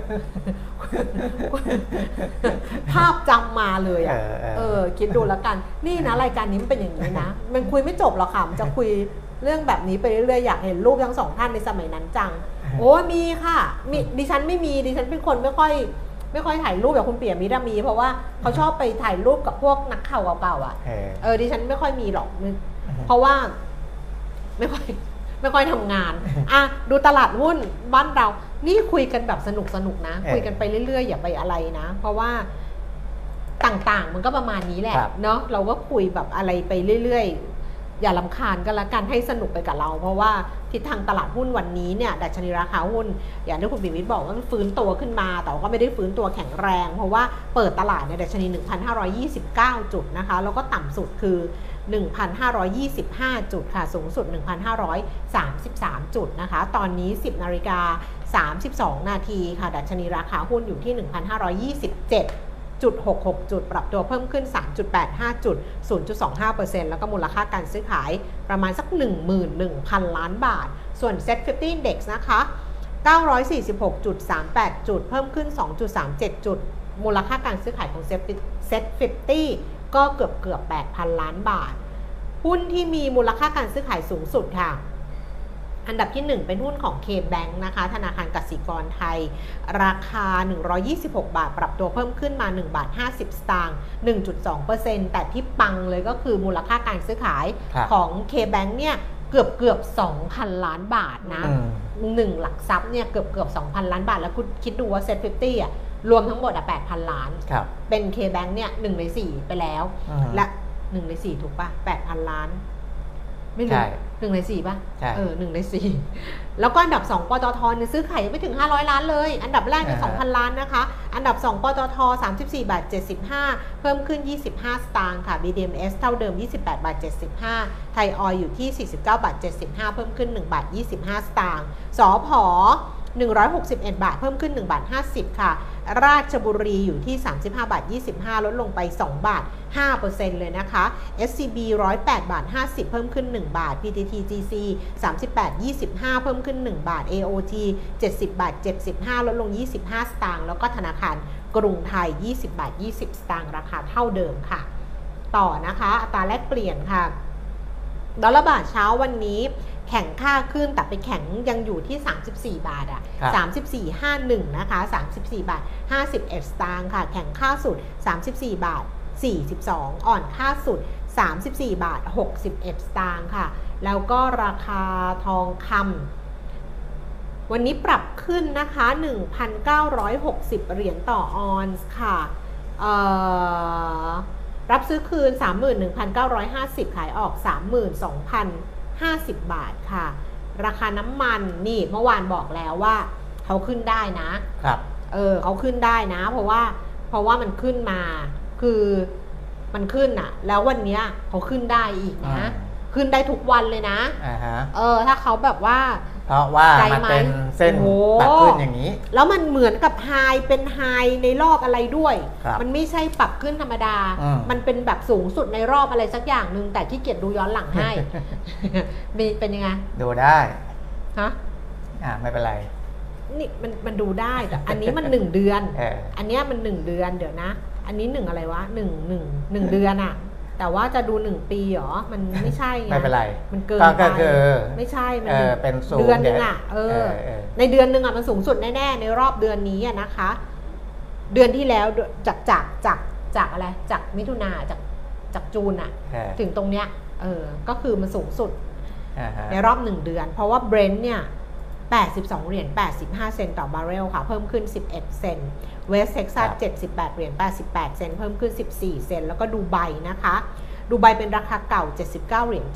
ภาพจำมาเลยอ่ะเออเออเออคิดดูแล้วกันนี่นะรายการนี้มันเป็นอย่างนี้นะมันคุยไม่จบหรอกค่ะมันจะคุยเรื่องแบบนี้ไปเรื่อยๆอยากเห็นรูปทั้งสองท่านในสมัยนั้นจังโอ้มีค่ะมีดิฉันไม่มีดิฉันเป็นคนไม่ค่อยไม่ค่อยถ่ายรูปแบบคุณเปี่ยมมิตรมีเพราะว่าเขาชอบไปถ่ายรูปกับพวกนักข่าวเก่าๆอ่ะเออเออดิฉันไม่ค่อยมีหรอกเพราะว่าไม่ค่อยไม่ค่อยทำงานอ่ะดูตลาดหุ้นบ้านเรานี่คุยกันแบบสนุกสนุกนะคุยกันไปเรื่อยๆอย่าไปอะไรนะเพราะว่าต่างๆมันก็ประมาณนี้แหละเนาะเราก็คุยแบบอะไรไปเรื่อยๆอย่ารำคาญกันละกันให้สนุกไปกับเราเพราะว่าทิศทางตลาดหุ้นวันนี้เนี่ยดัชนีราคาหุ้นอย่างที่คุณปิ่มวิทย์บอกว่ามันฟื้นตัวขึ้นมาแต่ก็ไม่ได้ฟื้นตัวแข็งแรงเพราะว่าเปิดตลาดเนี่ยดัชนี หนึ่งพันห้าร้อยยี่สิบเก้า จุดนะคะแล้วก็ต่ำสุดคือ หนึ่งพันห้าร้อยยี่สิบห้า จุดค่ะสูงสุด หนึ่งพันห้าร้อยสามสิบสาม จุดนะคะตอนนี้ สิบนาฬิกาสามสิบสองนาทีค่ะดัชนีราคาหุ้นอยู่ที่ หนึ่งพันห้าร้อยยี่สิบเจ็ดจุดหกหก จุดปรับตัวเพิ่มขึ้น สามจุดแปดห้า จุด ศูนย์จุดสองห้าเปอร์เซ็นต์ แล้วก็มูลค่าการซื้อขายประมาณสัก หนึ่งหมื่นหนึ่งพัน ล้านบาทส่วน เซ็ต ห้าสิบ Index นะคะเก้าร้อยสี่สิบหกจุดสามแปด จุดเพิ่มขึ้น สองจุดสามเจ็ด จุดมูลค่าการซื้อขายของ เซ็ต ห้าสิบ ก็เกือบเกือบ แปดพัน ล้านบาทหุ้นที่มีมูลค่าการซื้อขายสูงสุดค่ะอันดับที่หนึ่งเป็นหุ้นของ K-Bank นะคะธนาคารกสิกรไทยราคาหนึ่งร้อยยี่สิบหกบาทปรับตัวเพิ่มขึ้นมาหนึ่งบาทห้าสิบสตางค์ หนึ่งจุดสองเปอร์เซ็นต์ แต่ที่ปังเลยก็คือมูลค่าการซื้อขายของ K-Bank เนี่ยเกือบเกือบ สองพัน ล้านบาทนะหนึ่งหลักทรัพย์เนี่ยเกือบเกือบ สองพัน ล้านบาทแล้วคุณคิดดูว่า เซ็ต ห้าสิบ อ่ะรวมทั้งหมดอ่ะ แปดพัน ล้านเป็น K-Bank เนี่ยหนึ่งในสี่ไปแล้วและหนึ่งในสี่ถูกป่ะ แปดพัน ล้านไม่รู้หนึ่งในสี่ป่ะเออหนึ่งในสี่แล้วก็อันดับสองปตทเนี่ยซื้อขายไม่ถึงห้าร้อยล้านเลยอันดับแรกเนี่ยสองพันล้านนะคะอันดับสองปตทสามสิบสี่บาทเจ็ดสิบห้าเพิ่มขึ้นยี่สิบห้าสตางค์ค่ะ บี ดี เอ็ม เอส เท่าเดิมยี่สิบแปดบาทเจ็ดสิบห้าไทยออยล์อยู่ที่สี่สิบเก้าบาทเจ็ดสิบห้าเพิ่มขึ้นหนึ่งบาทยี่สิบห้าสตางค์สผหนึ่งร้อยหกสิบเอ็ดบาทเพิ่มขึ้นหนึ่งบาทห้าสิบค่ะราชบุรีอยู่ที่สามสิบห้าบาทยี่สิบห้าลดลงไปสองบาท ห้าเปอร์เซ็นต์ เลยนะคะ เอส ซี บี หนึ่งร้อยแปดบาทห้าสิบเพิ่มขึ้นหนึ่งบาท พี ที ที จี ซี สามสิบแปดยี่สิบห้าเพิ่มขึ้นหนึ่งบาท เอ โอ ที เจ็ดสิบบาทเจ็ดสิบห้าลดลงยี่สิบห้าสตางค์แล้วก็ธนาคารกรุงไทยยี่สิบบาทยี่สิบสตางค์ราคาเท่าเดิมค่ะต่อนะคะอัตราแลกเปลี่ยนค่ะดอลลาร์บาทเช้าวันนี้แข็งค่าขึ้นแต่ไปแข็งยังอยู่ที่สามสิบสี่บาทอ่ะ สามสิบสี่จุดห้าสิบนะคะสามสิบสี่บาทห้าสิบเอ็ดสตางค์ค่ะแข็งค่าสุดสามสิบสี่บาทสี่สิบสองอ่อนค่าสุดสามสิบสี่บาทหกสิบเอ็ดสตางค์ค่ะแล้วก็ราคาทองคำวันนี้ปรับขึ้นนะคะ หนึ่งพันเก้าร้อยหกสิบ เหรียญต่อออนซ์ค่ะเอ่อรับซื้อคืน สามหมื่นหนึ่งพันเก้าร้อยห้าสิบ ขายออก สามหมื่นสองพันห้าสิบบาทค่ะราคาน้ำมันนี่เมื่อวานบอกแล้วว่าเขาขึ้นได้นะครับเออเขาขึ้นได้นะเพราะว่าเพราะว่ามันขึ้นมาคือมันขึ้นอะแล้ววันนี้เขาขึ้นได้อีกนะขึ้นได้ทุกวันเลยนะอ่าฮะเออถ้าเขาแบบว่าเพราะว่ามันเป็นเส้นปรับขึ้นอย่างนี้แล้วมันเหมือนกับไฮเป็นไฮในรอบอะไรด้วยมันไม่ใช่ปรับขึ้นธรรมดามันเป็นแบบสูงสุดในรอบอะไรสักอย่างนึงแต่ขี้เกียจดูย้อนหลังให้มีเป็นยังไงดูได้ฮะอ่าไม่เป็นไรนี่มันมันดูได้แต่อันนี้มันหนึ่งเดือนอันนี้มันหนึ่งเดือนเดี๋ยวนะอันนี้หนึ่งอะไรวะหนึ่งหนึ่งหนึ่งเดือนอะแต่ว่าจะดูหนึ่งปีเหรอมันไม่ใช่ไงไม่เป็นไรมันเกินไปไม่ใช่มันเป็นเดือนนึงอ่ะเออในเดือนนึงอ่ะมันสูงสุดแน่ๆในรอบเดือนนี้อ่ะนะคะเดือนที่แล้วจากจากจากจากอะไรจากมิถุนาจากจากจูนอ่ะถึงตรงเนี้ยเออก็คือมันสูงสุดในรอบหนึ่งเดือนเพราะว่าเบรนท์เนี่ยแปดสิบสองเหรียญแปดสิบห้าเซนต์ต่อบาร์เรลค่ะเพิ่มขึ้นสิบเอ็ดเซนต์เวสต์เท็กซัสเจ็ดสิบแปดเหรียญแปดสิบแปดเซนต์เพิ่มขึ้นสิบสี่เซนต์แล้วก็ดูไบนะคะดูไบเป็นราคาเก่าเจ็ดสิบเก้าเหรียญ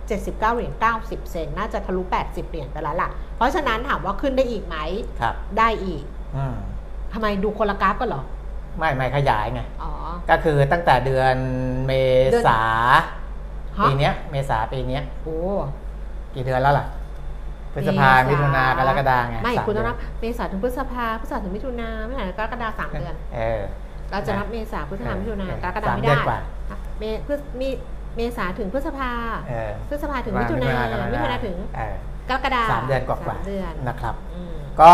เจ็ดสิบเก้าเหรียญเก้าสิบเซนต์น่าจะทะลุแปดสิบเหรียญไปแล้วล่ะเพราะฉะนั้นถามว่าขึ้นได้อีกไหมได้อีกทำไมดูคนละกราฟกันเหรอไม่ไม่ขยายไงอ๋อก็คือตั้งแต่เดือนเมษาปีนี้เมษาปีนี้โอ้กี่เดือนแล้วล่ะพฤษภามิถุนากรกฎาไงไม่คุณต้องนับเมษาถึงพฤษภาพฤษภาถึงมิถุนาไม่ใช่กรกฎาสามเดือนเออเราจะนับเมษาพฤษภามิถุนากรกฎาไม่ได้เมพฤษมีเมษาถึงพฤษภาพฤษภาถึงมิถุนามิถุนาถึงกรกฎาสามเดือนกว่าๆนะครับก็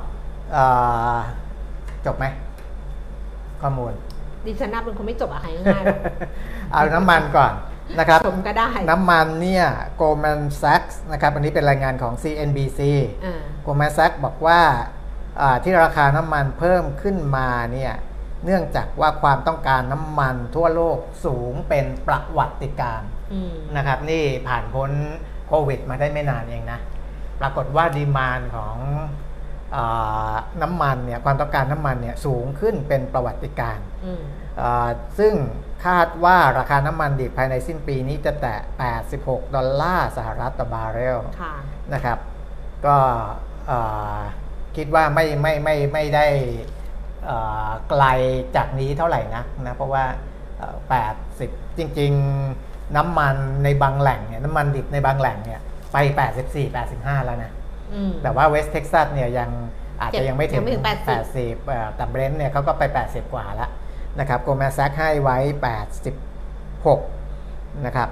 จบไหมข้อมูลดิฉันนับเป็นคนไม่จบอะใครง่ายๆเอาน้ำมันก่อนนะครับชมก็ได้น้ำมันเนี่ย Goldman Sachs นะครับอันนี้เป็นรายงานของ ซี เอ็น บี ซี Goldman Sachs บอกว่าที่ราคาน้ำมันเพิ่มขึ้นมาเนี่ยเนื่องจากว่าความต้องการน้ำมันทั่วโลกสูงเป็นประวัติการณ์นะครับนี่ผ่านพ้นโควิดมาได้ไม่นานเองนะปรากฏว่าดีมานด์ของน้ำมันเนี่ยความต้องการน้ำมันเนี่ยสูงขึ้นเป็นประวัติการณ์ซึ่งคาดว่าราคาน้ำมันดิบภายในสิ้นปีนี้จะแตะแปดสิบหกดอลลาร์สหรัฐต่อบาร์เรลนะครับก็คิดว่าไม่ไม่ไม่ไม่ได้ไกลจากนี้เท่าไหร่นะนะเพราะว่าแปดสิบจริงๆน้ำมันในบางแหล่งเนี่ยน้ำมันดิบในบางแหล่งเนี่ยไปแปดสิบสี่ แปดสิบห้าแล้วนะแต่ว่าเวสต์เท็กซัสเนี่ยยังอาจจะยังไม่ถึงแปดสิบแต่เบรนท์เนี่ยเขาก็ไปแปดสิบกว่าแล้วนะครับโกลแมนแซกให้ไว้แปดสิบหกนะครับ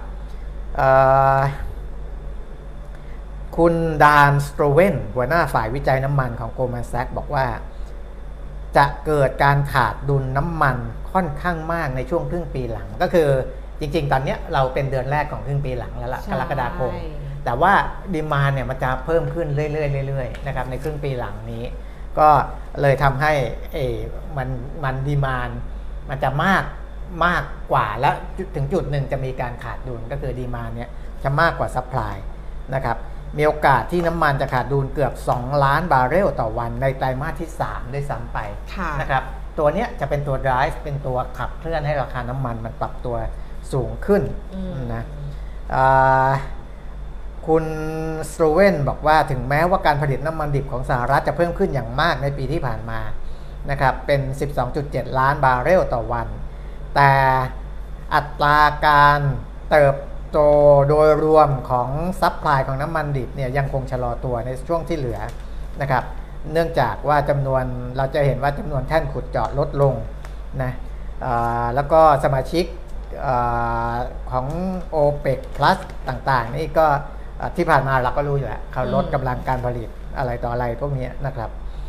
คุณดานสโตรเวนหัวหน้าฝ่ายวิจัยน้ำมันของโกลแมนแซกบอกว่าจะเกิดการขาดดุลน้ำมันค่อนข้างมากในช่วงครึ่งปีหลังก็คือจริงๆตอนนี้เราเป็นเดือนแรกของครึ่งปีหลังแล้วล่ะกรกฎาคมแต่ว่าดีมานด์เนี่ยมันจะเพิ่มขึ้นเรื่อยๆเรื่อยๆนะครับในครึ่งปีหลังนี้ก็เลยทำให้เอมันมันดีมานด์มันจะมากมากกว่าแล้วถึงจุดหนึ่งจะมีการขาดดุลก็คือดีมานด์เนี่ยจะมากกว่าซัพพลายนะครับมีโอกาสที่น้ำมันจะขาดดุลเกือบสองล้านบาร์เรลต่อวันในไตรมาสที่สามด้วยซ้ำไปนะครับตัวนี้จะเป็นตัว drive เป็นตัวขับเคลื่อนให้ราคาน้ำมันมันปรับตัวสูงขึ้นนะคุณสโตรเวนบอกว่าถึงแม้ว่าการผลิตน้ำมันดิบของสหรัฐจะเพิ่มขึ้นอย่างมากในปีที่ผ่านมานะครับเป็น สิบสองจุดเจ็ด ล้านบาร์เรลต่อวันแต่อัตราการเติบโตโดยรวมของซัพพลายของน้ำมันดิบเนี่ยยังคงชะลอตัวในช่วงที่เหลือนะครับเนื่องจากว่าจำนวนเราจะเห็นว่าจำนวนแท่นขุดเจาะลดลงนะแล้วก็สมาชิกของ โอเปก พลัส ต่างๆนี่ก็ที่ผ่านมาเราก็รู้อยู่แล้วเขาลดกำลังการผลิตอะไรต่ออะไรพวกนี้นะครับ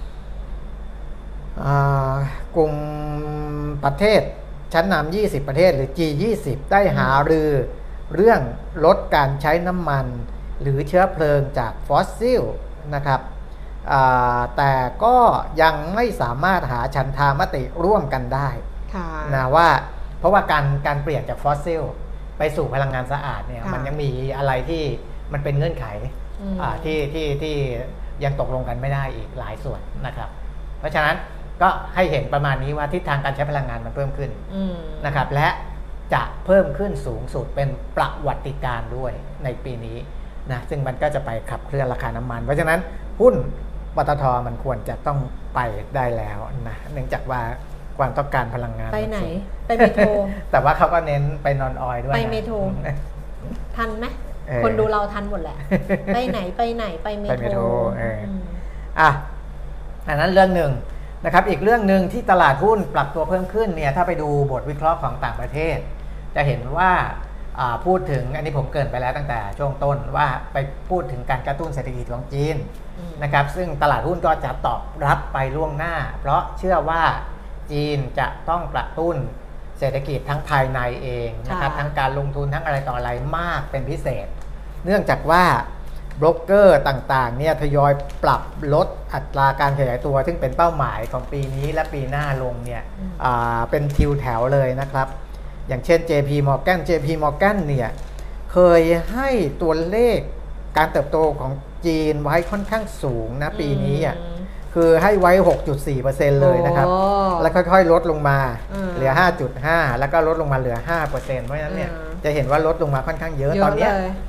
กลุ่มประเทศชั้นนำยี่สิบประเทศหรือ จี ยี่สิบ ได้หารือเรื่องลดการใช้น้ำมันหรือเชื้อเพลิงจากฟอสซิลนะครับแต่ก็ยังไม่สามารถหาฉันทามติร่วมกันได้นะว่าเพราะว่าการการเปลี่ยนจากฟอสซิลไปสู่พลังงานสะอาดเนี่ยมันยังมีอะไรที่มันเป็นเงื่อนไขที่ที่ที่ยังตกลงกันไม่ได้อีกหลายส่วนนะครับเพราะฉะนั้นก็ให้เห็นประมาณนี้ว่าทิศทางการใช้พลังงานมันเพิ่มขึ้นนะครับและจะเพิ่มขึ้นสูงสุดเป็นประวัติการณ์ด้วยในปีนี้นะซึ่งมันก็จะไปขับเคลื่อนราคาน้ำมันเพราะฉะนั้นหุ้นปตท.มันควรจะต้องไปได้แล้วนะเนื่องจากว่าความต้องการพลังงานไปไหนไปเมโทรแต่ว่าเขาก็เน้นไปนอนออยด้วยไปเมโทรทันไหมคนดูเราทันหมดแหละไปไหนไปไหนไปเมโทรอ่ะอันนั้นเรื่องหนึ่งนะครับอีกเรื่องหนึ่งที่ตลาดหุ้นปรับตัวเพิ่มขึ้นเนี่ยถ้าไปดูบทวิเคราะห์ของต่างประเทศจะเห็นว่าพูดถึงอันนี้ผมเกริ่นไปแล้วตั้งแต่ช่วงต้นว่าไปพูดถึงการกระตุ้นเศรษฐกิจของจีนนะครับซึ่งตลาดหุ้นก็จะตอบรับไปล่วงหน้าเพราะเชื่อว่าจีนจะต้องกระตุ้นเศรษฐกิจทั้งภายในเองนะครับทั้งการลงทุนทั้งอะไรต่ออะไรมากเป็นพิเศษเนื่องจากว่าโบรกเกอร์ต่างๆเนี่ยทยอยปรับลดอัตราการขยายตัวซึ่งเป็นเป้าหมายของปีนี้และปีหน้าลงเนี่ยเป็นทิวแถวเลยนะครับอย่างเช่น เจ พี Morgan เจ พี Morgan เนี่ยเคยให้ตัวเลขการเติบโตของจีนไว้ค่อนข้างสูงนะปีนี้อ่ะคือให้ไว้ หกจุดสี่เปอร์เซ็นต์ เลยนะครับแล้วค่อยๆลดลงมาเหลือ ห้าจุดห้า แล้วก็ลดลงมาเหลือ ห้าเปอร์เซ็นต์ เพราะฉะนั้นเนี่ยจะเห็นว่าลดลงมาค่อนข้างเยอะตอนนี้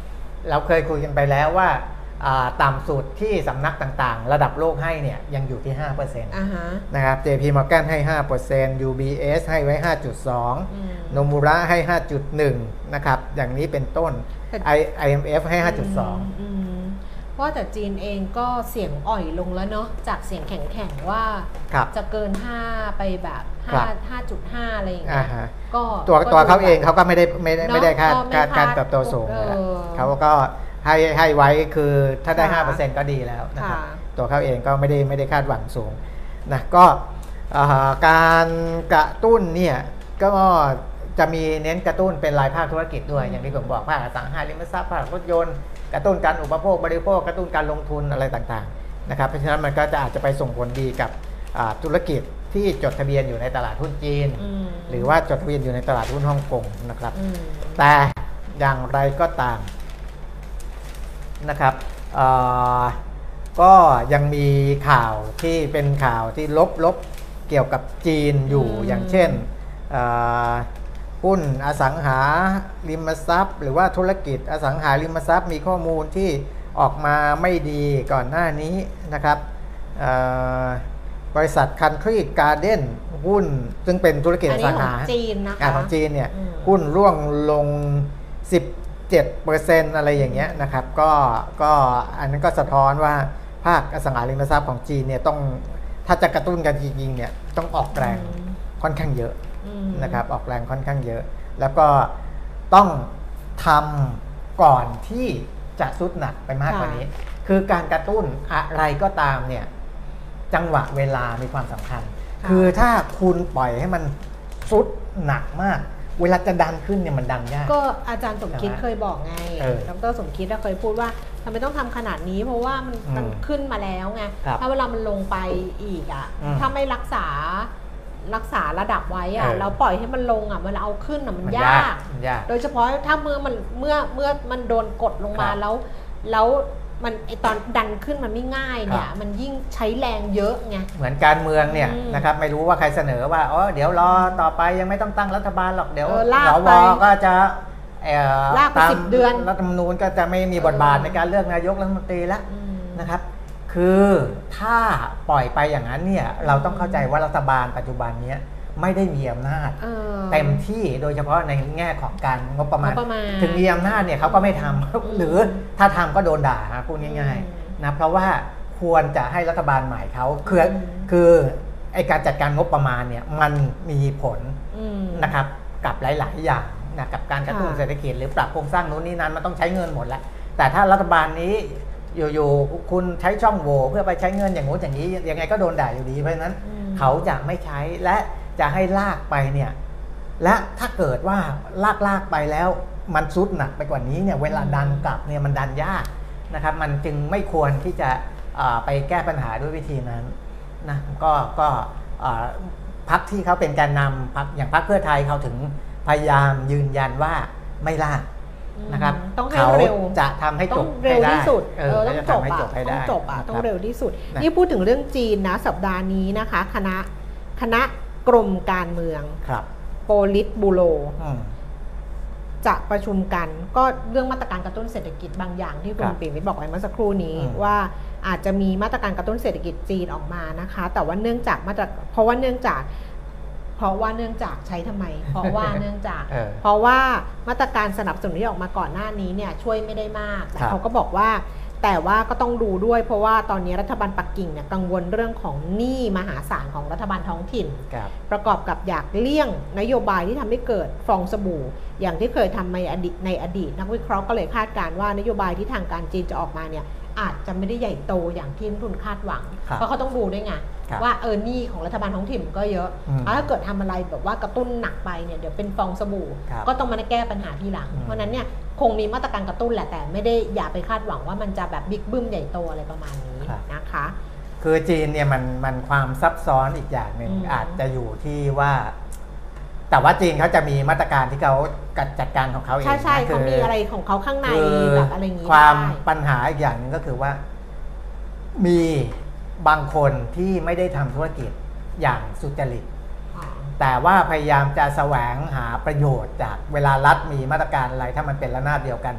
เราเคยคุยกันไปแล้วว่าต่ำสุดที่สำนักต่างๆระดับโลกให้เนี่ยยังอยู่ที่ ห้าเปอร์เซ็นต์อ่าฮะนะครับ เจ พี Morgan ให้ ห้าเปอร์เซ็นต์ ยู บี เอส ให้ไว้ ห้าจุดสอง Nomura ให้ ห้าจุดหนึ่ง นะครับอย่างนี้เป็นต้น ไอ เอ็ม เอฟ ให้ ห้าจุดสองเพราะแต่จีนเองก็เสียงอ่อยลงแล้วเนาะจากเสียงแข็งๆว่าจะเกินห้าไปแบบห้าจุดห้า อะไรอย่างเงี้ยก็ตัวตัวเขาเองเขาก็ไม่ได้ไม่ได้ไม่ได้คาดการเติบโตสูงเขาก็ให้ให้ไว้คือถ้าได้ ห้าเปอร์เซ็นต์ ก็ดีแล้วนะครับตัวเขาเองก็ไม่ได้ไม่ได้คาดหวังสูงนะก็การกระตุ้นเนี่ยก็จะมีเน้นกระตุ้นเป็นรายภาคธุรกิจด้วยอย่างที่ผมบอกภาคอสังหาริมทรัพย์ภาครถยนต์กระตุ้นการอุปโภคบริโภคกระตุ้นการลงทุนอะไรต่างๆนะครับเพราะฉะนั้นมันก็จะอาจจะไปส่งผลดีกับธุรกิจที่จดทะเบียนอยู่ในตลาดหุ้นจีนหรือว่าจดทะเบียนอยู่ในตลาดหุ้นฮ่องกงนะครับแต่อย่างไรก็ตามนะครับก็ยังมีข่าวที่เป็นข่าวที่ลบๆเกี่ยวกับจีนอยู่อย่างเช่นหุ้นอสังหาริมทรัพย์หรือว่าธุรกิจอสังหาริมทรัพย์มีข้อมูลที่ออกมาไม่ดีก่อนหน้านี้นะครับบริษัท Country Garden หุ้นซึ่งเป็นธุรกิจอสังหาของจีนนะคะของจีนเนี่ยหุ้นร่วงลง สิบเจ็ดเปอร์เซ็นต์ อะไรอย่างเงี้ยนะครับก็ก็อันนั้นก็สะท้อนว่าภาคอสังหาริมทรัพย์ของจีนเนี่ยต้องถ้าจะกระตุ้นกันจริงๆเนี่ยต้องออกแรงค่อนข้างเยอะนะครับออกแรงค่อนข้างเยอะแล้วก็ต้องทำก่อนที่จะซุดหนักไปมากกว่านี้คือการกระตุ้นอะไรก็ตามเนี่ยจังหวะเวลามีความสำคัญคือถ้าคุณปล่อยให้มันซุดหนักมากเวลาจะดันขึ้นเนี่ยมันดันยากก็อาจารย์สมคิดเคยบอกไงดร.สมคิดเคยพูดว่าทำไมต้องทำขนาดนี้เพราะว่ามันมันขึ้นมาแล้วไงถ้าเวลามันลงไปอีกอ่ะถ้าไม่รักษารักษาระดับไว้อะเราปล่อยให้มันลงอะเวลาเอาขึ้นอะมันยากโดยเฉพาะถ้าเมื่อมันเมื่อเมื่อมันโดนกดลงมาแล้วแล้วมันไอตอนดันขึ้นมันไม่ง่ายเนี่ยมันยิ่งใช้แรงเยอะไงเหมือนการเมืองเนี่ยนะครับไม่รู้ว่าใครเสนอว่าอ๋อเดี๋ยวรอต่อไปยังไม่ต้องตั้งรัฐบาลหรอกเดี๋ยวสวก็จะลากไปสิบเดือนรัฐธรรมนูญก็จะไม่มีบทบาทในการเลือกนายกรัฐมนตรีแล้วนะครับคือถ้าปล่อยไปอย่างนั้นเนี่ยเราต้องเข้าใจว่ารัฐบาลปัจจุบันนี้ไม่ได้มีอำนาจเต็มที่โดยเฉพาะในแง่ของการงบประมาณถึงมีอำนาจเนี่ยเขาก็ไม่ทำหรือถ้าทำก็โดนด่าพูดง่ายๆนะเพราะว่าควรจะให้รัฐบาลใหม่เขาคือคือไอการจัดการงบประมาณเนี่ยมันมีผลนะครับกับหลายๆอย่างนะกับการกระตุ้นเศรษฐกิจหรือปรับโครงสร้างโน้นนี่นั้นมันต้องใช้เงินหมดแล้วแต่ถ้ารัฐบาลนี้อยู่ๆคุณใช้ช่องโหว่เพื่อไปใช้เงินอย่างโน้นอย่างนี้ยังไงก็โดนด่าอยู่ดีเพราะฉะนั้นเขาจะไม่ใช้และจะให้ลากไปเนี่ยและถ้าเกิดว่าลากลากไปแล้วมันซุดหนักไปกว่านี้เนี่ยเวลาดันกลับเนี่ยมันดันยากนะครับมันจึงไม่ควรที่จะไปแก้ปัญหาด้วยวิธีนั้นนะก็ก็พรรคที่เขาเป็นแกนนำพรรคอย่างพรรคเพื่อไทยเขาถึงพยายามยืนยันว่าไม่ลากนะครับต้องให้เร็วจะทำให้จบเร็วที่สุดเออต้องจบอ่ะต้องจบอ่ะต้องเร็วที่สุดนี่พูดถึงเรื่องจีนนะสัปดาห์นี้นะคะคณะคณะกรมการเมืองโปลิตบูโรจะประชุมกันก็เรื่องมาตรการกระตุ้นเศรษฐกิจบางอย่างที่คุณปิ่นวิทย์บอกไว้เมื่อสักครู่นี้ว่าอาจจะมีมาตรการกระตุ้นเศรษฐกิจจีนออกมานะคะแต่ว่าเนื่องจากมาตรเพราะว่าเนื่องจากเพราะว่าเนื่องจากใช้ทำไมเพราะว่าเนื่องจากเพราะว่ามาตรการสนับสนุนที่ออกมาก่อนหน้านี้เนี่ยช่วยไม่ได้มากแต่เขาก็บอกว่าแต่ว่าก็ต้องดูด้วยเพราะว่าตอนนี้รัฐบาลปักกิ่งเนี่ยกังวลเรื่องของหนี้มหาศาลของรัฐบาลท้องถิ่นประกอบกับอยากเลี่ยงนโยบายที่ทำให้เกิดฟองสบู่อย่างที่เคยทำในอดีตในอดีตนักวิเคราะห์ก็เลยคาดการณ์ว่านโยบายที่ทางการจีนจะออกมาเนี่ยอาจจะไม่ได้ใหญ่โตอย่างที่นักลงทุนคาดหวังเพราะเขาต้องดูด้วยไงว่าเออหนี้ของรัฐบาลท้องถิ่นก็เยอะถ้าเกิดทำอะไรแบบว่ากระตุ้นหนักไปเนี่ยเดี๋ยวเป็นฟองสบู่ก็ต้องมาแก้ปัญหาทีหลังเพราะนั้นเนี่ยคงมีมาตรการกระตุ้นแหละแต่ไม่ได้อย่าไปคาดหวังว่ามันจะแบบบิ๊กบึ้มใหญ่โตอะไรประมาณนี้นะคะคือจีนเนี่ยมันมันความซับซ้อนอีกอย่างหนึ่งอาจจะอยู่ที่ว่าแต่ว่าจีนเขาจะมีมาตรการที่เขาจัดการของเขาเองใช่ใช่เขามีอะไรของเขาข้างในแบบอะไรอย่างนี้ความปัญหาอีกอย่างหนึ่งก็คือว่ามีบางคนที่ไม่ได้ทำธุรกิจอย่างสุจริตแต่ว่าพยายามจะแสวงหาประโยชน์จากเวลารัฐมีมาตรการอะไรถ้ามันเป็นระนาบเดียวกันเนี่ย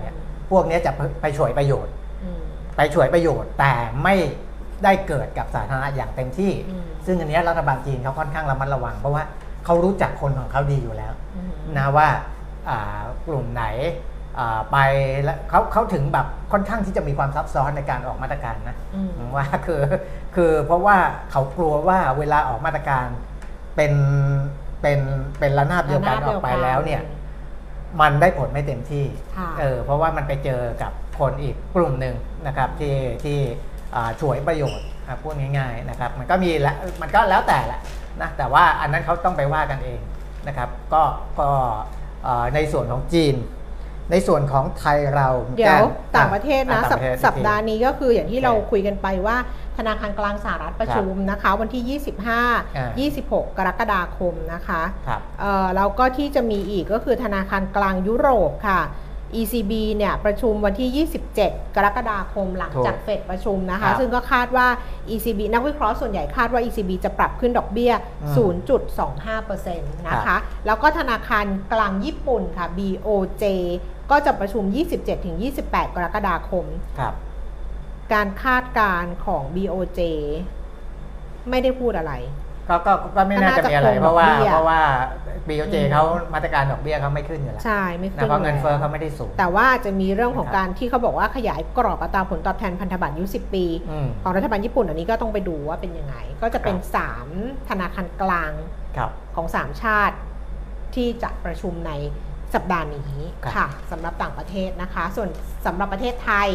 พวกนี้จะไปฉวยประโยชน์ไปฉวยประโยชน์แต่ไม่ได้เกิดกับสาธารณะอย่างเต็มที่ซึ่งอันนี้รัฐบาลจีนเขาค่อนข้างระมัดระวังเพราะว่าเขารู้จักคนของเขาดีอยู่แล้วนะว่ากลุ่มไหนไปแล้วเขาเขาถึงแบบค่อนข้างที่จะมีความซับซ้อนในการออกมาตรการนะว่าคือคือเพราะว่าเขากลัวว่าเวลาออกมาตรการเป็นเป็นเป็นระนาบเดียวกันออกไปแล้วเนี่ยมันได้ผลไม่เต็มที่เออเพราะว่ามันไปเจอกับคนอีกกลุ่มหนึ่งนะครับที่ที่ฉวยประโยชน์พูดง่ายๆนะครับมันก็มีและมันก็แล้วแต่แหละนะแต่ว่าอันนั้นเขาต้องไปว่ากันเองนะครับก็ก็ในส่วนของจีนในส่วนของไทยเราเดี๋ยวต่างประเทศนะสัปดาห์นี้ก็คืออย่างที่เราคุยกันไปว่าธนาคารกลางสหรัฐประชุมนะคะวันที่ยี่สิบห้า ยี่สิบหกกรกฎาคมนะคะแล้วก็ที่จะมีอีกก็คือธนาคารกลางยุโรปค่ะ อี ซี บี เนี่ยประชุมวันที่ยี่สิบเจ็ดกรกฎาคมหลังจากเฟดประชุมนะคะซึ่งก็คาดว่า อี ซี บี นักวิเคราะห์ส่วนใหญ่คาดว่า อี ซี บี จะปรับขึ้นดอกเบี้ย ศูนย์จุดสองห้าเปอร์เซ็นต์ นะคะแล้วก็ธนาคารกลางญี่ปุ่นค่ะ บี โอ เจ ก็จะประชุม ยี่สิบเจ็ดถึงยี่สิบแปด กรกฎาคมการคาดการณ์ของ บี โอ เจ ไม่ได้พูดอะไรก็ก็ก็ไม่น่าจะมีอะไรเพราะว่าเพราะว่า บี โอ เจ เขามาตรการดอกเบี้ยเขาไม่ขึ้นอยู่แล้วใช่ไม่ขึ้นเพราะเงินเฟ้อเขาไม่ได้สูงแต่ว่าจะมีเรื่องของการที่เขาบอกว่าขยายกรอบอัตราผลตอบแทนพันธบัตรอายุสิบปีของรัฐบาลญี่ปุ่นอันนี้ก็ต้องไปดูว่าเป็นยังไงก็จะเป็นสามธนาคารกลางของสามชาติที่จะประชุมในสัปดาห์นี้ค่ะสำหรับต่างประเทศนะคะส่วนสำหรับประเทศไทย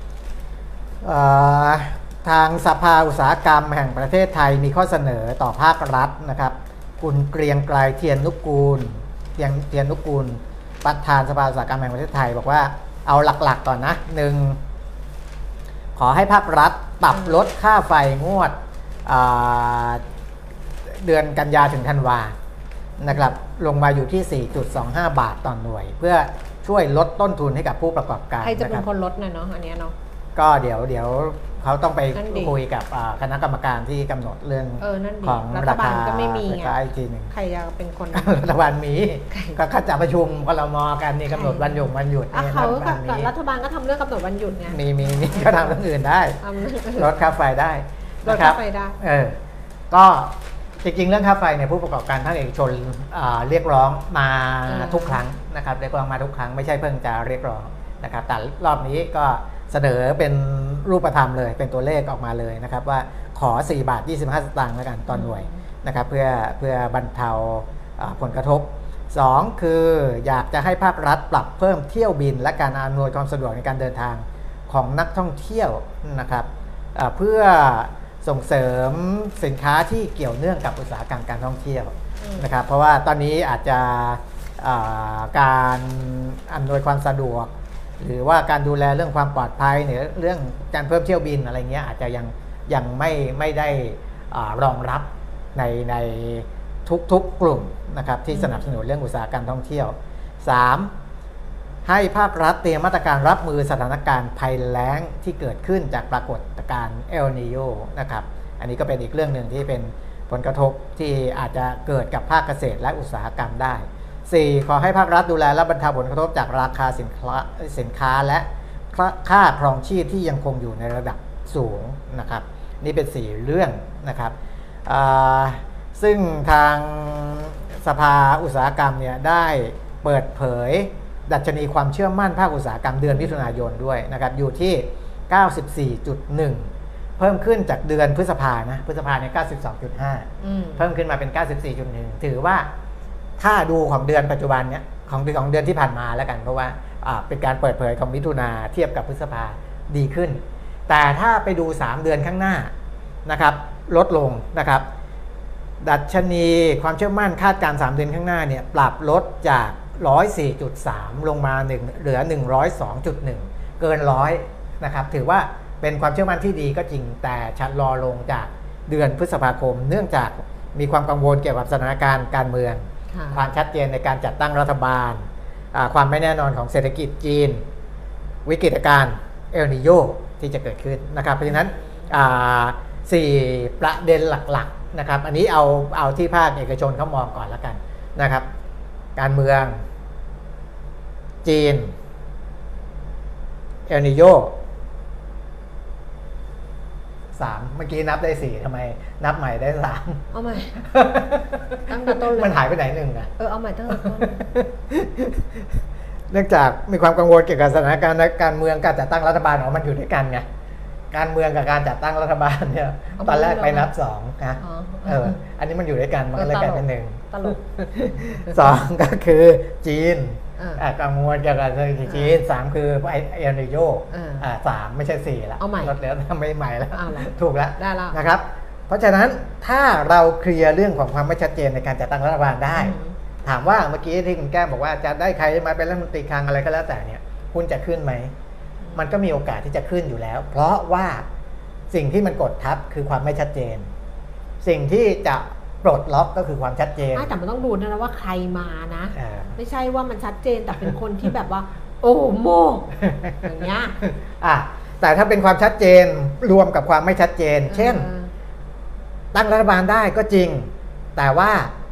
ทางสภาอุตสาหกรรมแห่งประเทศไทยมีข้อเสนอต่อภาครัฐนะครับคุณเกรียงไกรเทียนนุกูลเทียนเทียนนุกูลประธานสภาอุตสาหกรรมแห่งประเทศไทยบอกว่าเอาหลักๆก่อนนะหนึ่งขอให้ภาครัฐปรับลดค่าไฟงวดเดือนกันยาถึงธันวานะครับลงมาอยู่ที่ สี่จุดสองห้า บาทต่อหน่วยเพื่อช่วยลดต้นทุนให้กับผู้ประกอบการใครจะเป็นคนลดนะเนาะอันนี้เนาะก็เดี๋ยวเดี๋ยวเขาต้องไปคุยกับคณะกรรมการที่กำหนดเรื่องของราคาก็ไม่มีไฟอีกทีหนึ่งใครจะเป็นคนรัฐบาลมีก็เขาจะประชุมครม.กันนี่กำหนดวันหยุดวันหยุดนี่เขากับรัฐบาลก็ทำเรื่องกำหนดวันหยุดไงมีมีมีก็ทำเรื่องอื่นได้ลดค่าไฟได้ลดค่าไฟได้เออก็จริงๆเรื่องค่าไฟเนี่ยผู้ประกอบการภาคเอกชนเรียกร้องมาทุกครั้งนะครับเรียกร้องมาทุกครั้งไม่ใช่เพิ่งจะเรียกร้องนะครับแต่รอบนี้ก็เสนอเป็นรูปธรรมเลยเป็นตัวเลขออกมาเลยนะครับว่าขอสี่บาทยี่สิบห้าสตางค์แล้วกันต่อหน่วยนะครับเพื่อเพื่อบรรเทาผลกระทบสองคืออยากจะให้ภาครัฐปรับเพิ่มเที่ยวบินและการอำนวยความสะดวกในการเดินทางของนักท่องเที่ยวนะครับเพื่อส่งเสริมสินค้าที่เกี่ยวเนื่องกับอุตสาหกรรมการท่องเที่ยวนะครับเพราะว่าตอนนี้อาจจะการอำนวยความสะดวกหรือว่าการดูแลเรื่องความปลอดภัยเนี่ยเรื่องการเพิ่มเที่ยวบินอะไรเงี้ยอาจจะยังยังไม่ไม่ได้รองรับในในทุกๆกลุ่มนะครับที่สนับสนุนเรื่องอุตสาหกรรมท่องเที่ยวสามให้ภาครัฐเตรียมมาตรการรับมือสถานการณ์ภัยแล้งที่เกิดขึ้นจากปรากฏการณ์เอลนีโญนะครับอันนี้ก็เป็นอีกเรื่องหนึ่งที่เป็นผลกระทบที่อาจจะเกิดกับภาคเกษตรและอุตสาหกรรมได้สี่ขอให้ภาครัฐดูแลและบรรเทาผลกระทบจากราคาสินค้าสินค้าและค่าครองชีพที่ยังคงอยู่ในระดับสูงนะครับนี่เป็นสี่เรื่องนะครับซึ่งทางสภาอุตสาหกรรมเนี่ยได้เปิดเผยดัชนีความเชื่อมั่นภาคอุตสาหกรรมเดือนมิถุนายนด้วยนะครับอยู่ที่ เก้าสิบสี่จุดหนึ่ง เพิ่มขึ้นจากเดือนพฤษภานะพฤษภาเนี่ย เก้าสิบสองจุดห้า เพิ่มขึ้นมาเป็น เก้าสิบสี่จุดหนึ่ง ถือว่าถ้าดูของเดือนปัจจุบันเนี่ยของของเดือนที่ผ่านมาแล้วกันเพราะว่าเป็นการเปิดเผยของมิถุนาเทียบกับพฤษภาดีขึ้นแต่ถ้าไปดูสามเดือนข้างหน้านะครับลดลงนะครับดัชนีความเชื่อมั่นคาดการณ์สามเดือนข้างหน้าเนี่ยปรับลดจาก หนึ่งร้อยสี่จุดสาม ลงมา1เหลือ หนึ่งร้อยสองจุดหนึ่ง เกินร้อยนะครับถือว่าเป็นความเชื่อมั่นที่ดีก็จริงแต่ชะลอลงจากเดือนพฤษภาคมเนื่องจากมีความกังวลเกี่ยวกับสถานการณ์การเมืองความชัดเจนในการจัดตั้งรัฐบาลความไม่แน่นอนของเศรษฐกิจจีนวิกฤตการณ์เอลนีโญที่จะเกิดขึ้นนะครับเพราะฉะนั้นสี่ประเด็นหลักๆนะครับอันนี้เอาเอาที่ภาคเอกชนเขามองก่อนแล้วกันนะครับการเมืองจีนเอลนิโยสามเมื่อกี้นับได้สี่ทำไมนับใหม่ได้สามเอาใหม่ตั้งแต่ต้นเลยมันหายไปไหนหนึ่งอะเออเอาใหม่ตั้งแต่ต้นเนื่องจากมีความกังวลเกี่ยวกับสถานการณ์การเมืองการจัดตั้งรัฐบาลของมันอยู่ด้วยกันไงการเมืองกับการจัดตั้งรัฐบาลเนี่ยตอนแรกไปนับสองนะเอออันนี้มันอยู่ด้วยกันมันก็เลยกลายเป็นหนึ่งตลกสองก็คือจีนกังวลเกี่ยวกับจีนสามคือไอเอลนิโยอ่าสามไม่ใช่สี่ละลดแล้วทำไม่ใหม่แล้วถูกแล้วนะครับเพราะฉะนั้นถ้าเราเคลียร์เรื่องของความไม่ชัดเจนในการจัดตั้งรัฐบาลได้ถามว่าเมื่อกี้ที่คุณแก้มบอกว่าจะได้ใครมาเป็นรัฐมนตรีคลังอะไรก็แล้วแต่เนี่ยคุณจะขึ้นไหมมันก็มีโอกาสที่จะขึ้นอยู่แล้วเพราะว่าสิ่งที่มันกดทับคือความไม่ชัดเจนสิ่งที่จะปลดล็อกก็คือความชัดเจนแต่มันต้องดูนะว่าใครมานะไม่ใช่ว่ามันชัดเจนแต่เป็นคนที่แบบว่าโอ้โมอย่างเงี้ยอ่ะแต่ถ้าเป็นความชัดเจนรวมกับความไม่ชัดเจนเช่นตั้งรัฐบาลได้ก็จริงแต่ว่า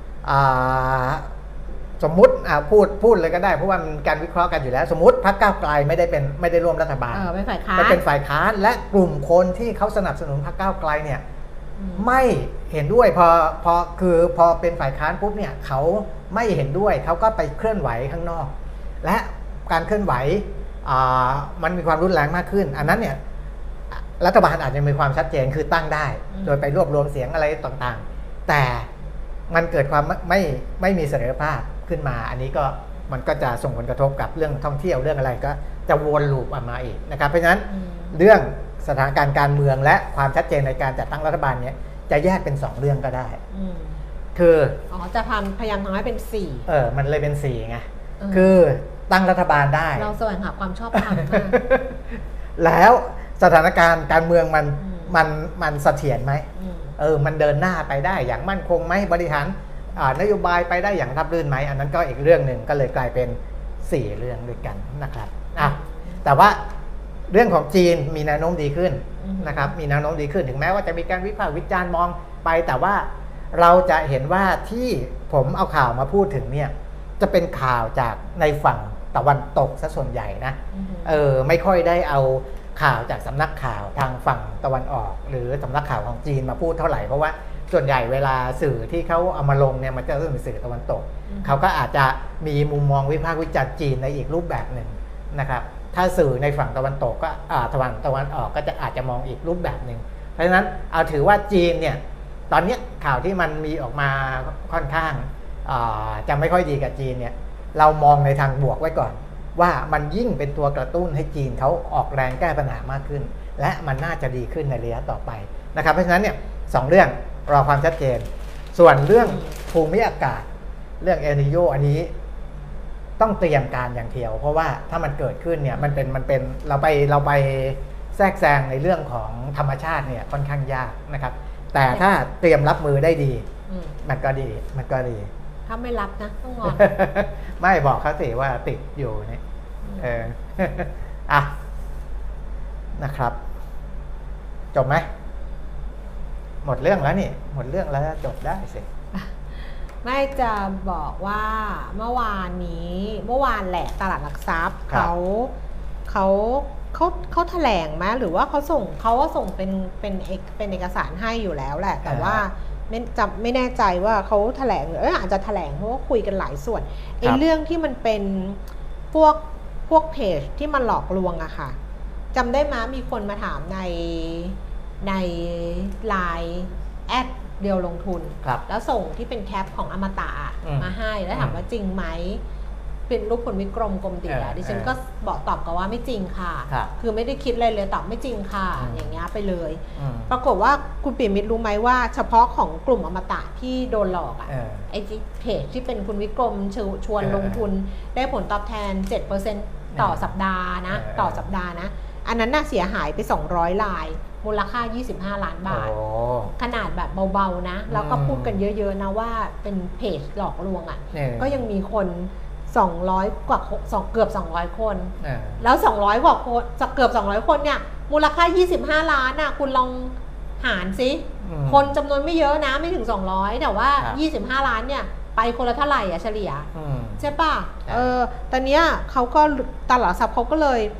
สมมุติพูดพูดเลยก็ได้เพราะว่ามันการวิเคราะห์กันอยู่แล้วสมมุติพรรคก้าวไกลไม่ได้เป็นไม่ได้ร่วมรัฐบาลเป็นฝ่ายค้านเป็นฝ่ายค้านและกลุ่มคนที่เขาสนับสนุนพรรคก้าวไกลเนี่ยไม่เห็นด้วยพอพอคือพอเป็นฝ่ายค้านปุ๊บเนี่ยเขาไม่เห็นด้วยเขาก็ไปเคลื่อนไหวข้างนอกและการเคลื่อนไหวมันมีความรุนแรงมากขึ้นอันนั้นเนี่ยรัฐบาลอาจจะมีความชัดเจนคือตั้งได้โดยไปรวบรวมเสียงอะไรต่างๆแต่มันเกิดความไม่ไม่มีเสถียรภาพขึ้นมาอันนี้ก็มันก็จะส่งผลกระทบกับเรื่องท่องเที่ยวเรื่องอะไรก็จะวนลูปออกมาอีกนะครับเพราะฉะนั้นเรื่องสถานการณ์การเมืองและความชัดเจนในการจัดตั้งรัฐบาลเนี้ยจะแยกเป็นสองเรื่องก็ได้คืออ๋อจะพยายามทำให้เป็นสี่เออมันเลยเป็นสี่ไงคือตั้งรัฐบาลได้เราแสวงหาความชอบธรรมมากแล้วสถานการณ์การเมืองมันมันมันเสถียรไหมเออมันเดินหน้าไปได้อย่างมั่นคงไหมบริหารนโยบายไปได้อย่างราบรื่นไหมอันนั้นก็อีกเรื่องหนึ่งก็เลยกลายเป็นสี่เรื่องด้วยกันนะครับอ่ะแต่ว่าเรื่องของจีนมีแนวโน้มดีขึ้นนะครับมีแนวโน้มดีขึ้นถึงแม้ว่าจะมีการวิพากษ์วิจารณ์มองไปแต่ว่าเราจะเห็นว่าที่ผมเอาข่าวมาพูดถึงเนี่ยจะเป็นข่าวจากในฝั่งตะวันตกซะส่วนใหญ่นะเออไม่ค่อยได้เอาข่าวจากสำนักข่าวทางฝั่งตะวันออกหรือสำนักข่าวของจีนมาพูดเท่าไหร่เพราะว่าส่วนใหญ่เวลาสื่อที่เขาเอามาลงเนี่ยมันจะเป็นสื่อตะวันตกเขาก็อาจจะมีมุมมองวิพากษ์วิจารณ์จีนในอีกรูปแบบหนึ่งนะครับถ้าสื่อในฝั่งตะวันตกก็ตะวันตะวันออกก็จะอาจจะมองอีกรูปแบบหนึ่งเพราะฉะนั้นเอาถือว่าจีนเนี่ยตอนนี้ข่าวที่มันมีออกมาค่อนข้างจะไม่ค่อยดีกับจีนเนี่ยเรามองในทางบวกไว้ก่อนว่ามันยิ่งเป็นตัวกระตุ้นให้จีนเขาออกแรงแก้ปัญหามากขึ้นและมันน่าจะดีขึ้นในระยะต่อไปนะครับเพราะฉะนั้นเนี่ยสองเรื่องรอความชัดเจนส่วนเรื่องภูมิอากาศเรื่องเอลนิโญอันนี้ต้องเตรียมการอย่างเดียวเพราะว่าถ้ามันเกิดขึ้นเนี่ยมันเป็นมันเป็นเราไปเราไปแทรกแซงในเรื่องของธรรมชาติเนี่ยค่อนข้างยากนะครับแต่ถ้าเตรียมรับมือได้ดีมันก็ดีมันก็ดีถ้าไม่รับนะต้องงอนไม่บอกเขาสิว่าติดอยู่เนี่ยเอออ่ะนะครับจบไหมหมดเรื่องแล้วนี่หมดเรื่องแล้วจบได้สิไม่จะบอกว่าเมื่อวานนี้เมื่อวานแหละตลาดหลักทรัพย์เขาเขาเขาเขาแถลงไหมหรือว่าเขาส่งเขาก็ส่งเป็นเป็นเอกเป็นเอกสารให้อยู่แล้วแหละแต่ว่าไม่จำไม่แน่ใจว่าเขาแถลงเอออาจจะแถลงเพราะว่าคุยกันหลายส่วนไอ้เรื่องที่มันเป็นพวกพวกเพจที่มันหลอกลวงอะค่ะจำได้ไหมมีคนมาถามในในไลน์แอดเดียวลงทุนแล้วส่งที่เป็นแคปของอมตะมาให้แล้วถามว่าจริงไหมเป็นรูปผลวิกรมกลมเตี๋ยดิฉันก็บอกตอบกันว่าไม่จริงค่ะคือไม่ได้คิดอะไรเลยตอบไม่จริงค่ะอย่างเงี้ยไปเลยปรากฏว่าคุณปิ่มมิตรรู้ไหมว่าเฉพาะของกลุ่มอมตะที่โดนหลอกอ่ะไอ้เพจที่เป็นคุณวิกรมชวนลงทุนได้ผลตอบแทน เจ็ดเปอร์เซ็นต์ ต่อสัปดาห์นะต่อสัปดาห์นะอันนั้นน่าเสียหายไปสองร้อยรายมูลค่ายี่สิบห้าล้านบาทขนาดแบบเบาๆนะแล้วก็พูดกันเยอะๆนะว่าเป็นเพจหลอกลวงอ่ะก็ยังมีคนสองร้อยกว่าเกือบสองร้อยคนแล้วสองร้อยกว่าคนเกือบสองร้อยคนเนี่ยมูลค่ายี่สิบห้าล้านน่ะคุณลองหารสิคนจำนวนไม่เยอะนะไม่ถึงสองร้อยแต่ว่ายี่สิบห้าล้านเนี่ยไปคนละเท่าไหร่อ่ะเฉลี่ยใช่ป่ะเออตอนเนี้ยเขาก็ตลาดทรัพย์เขาก็เลย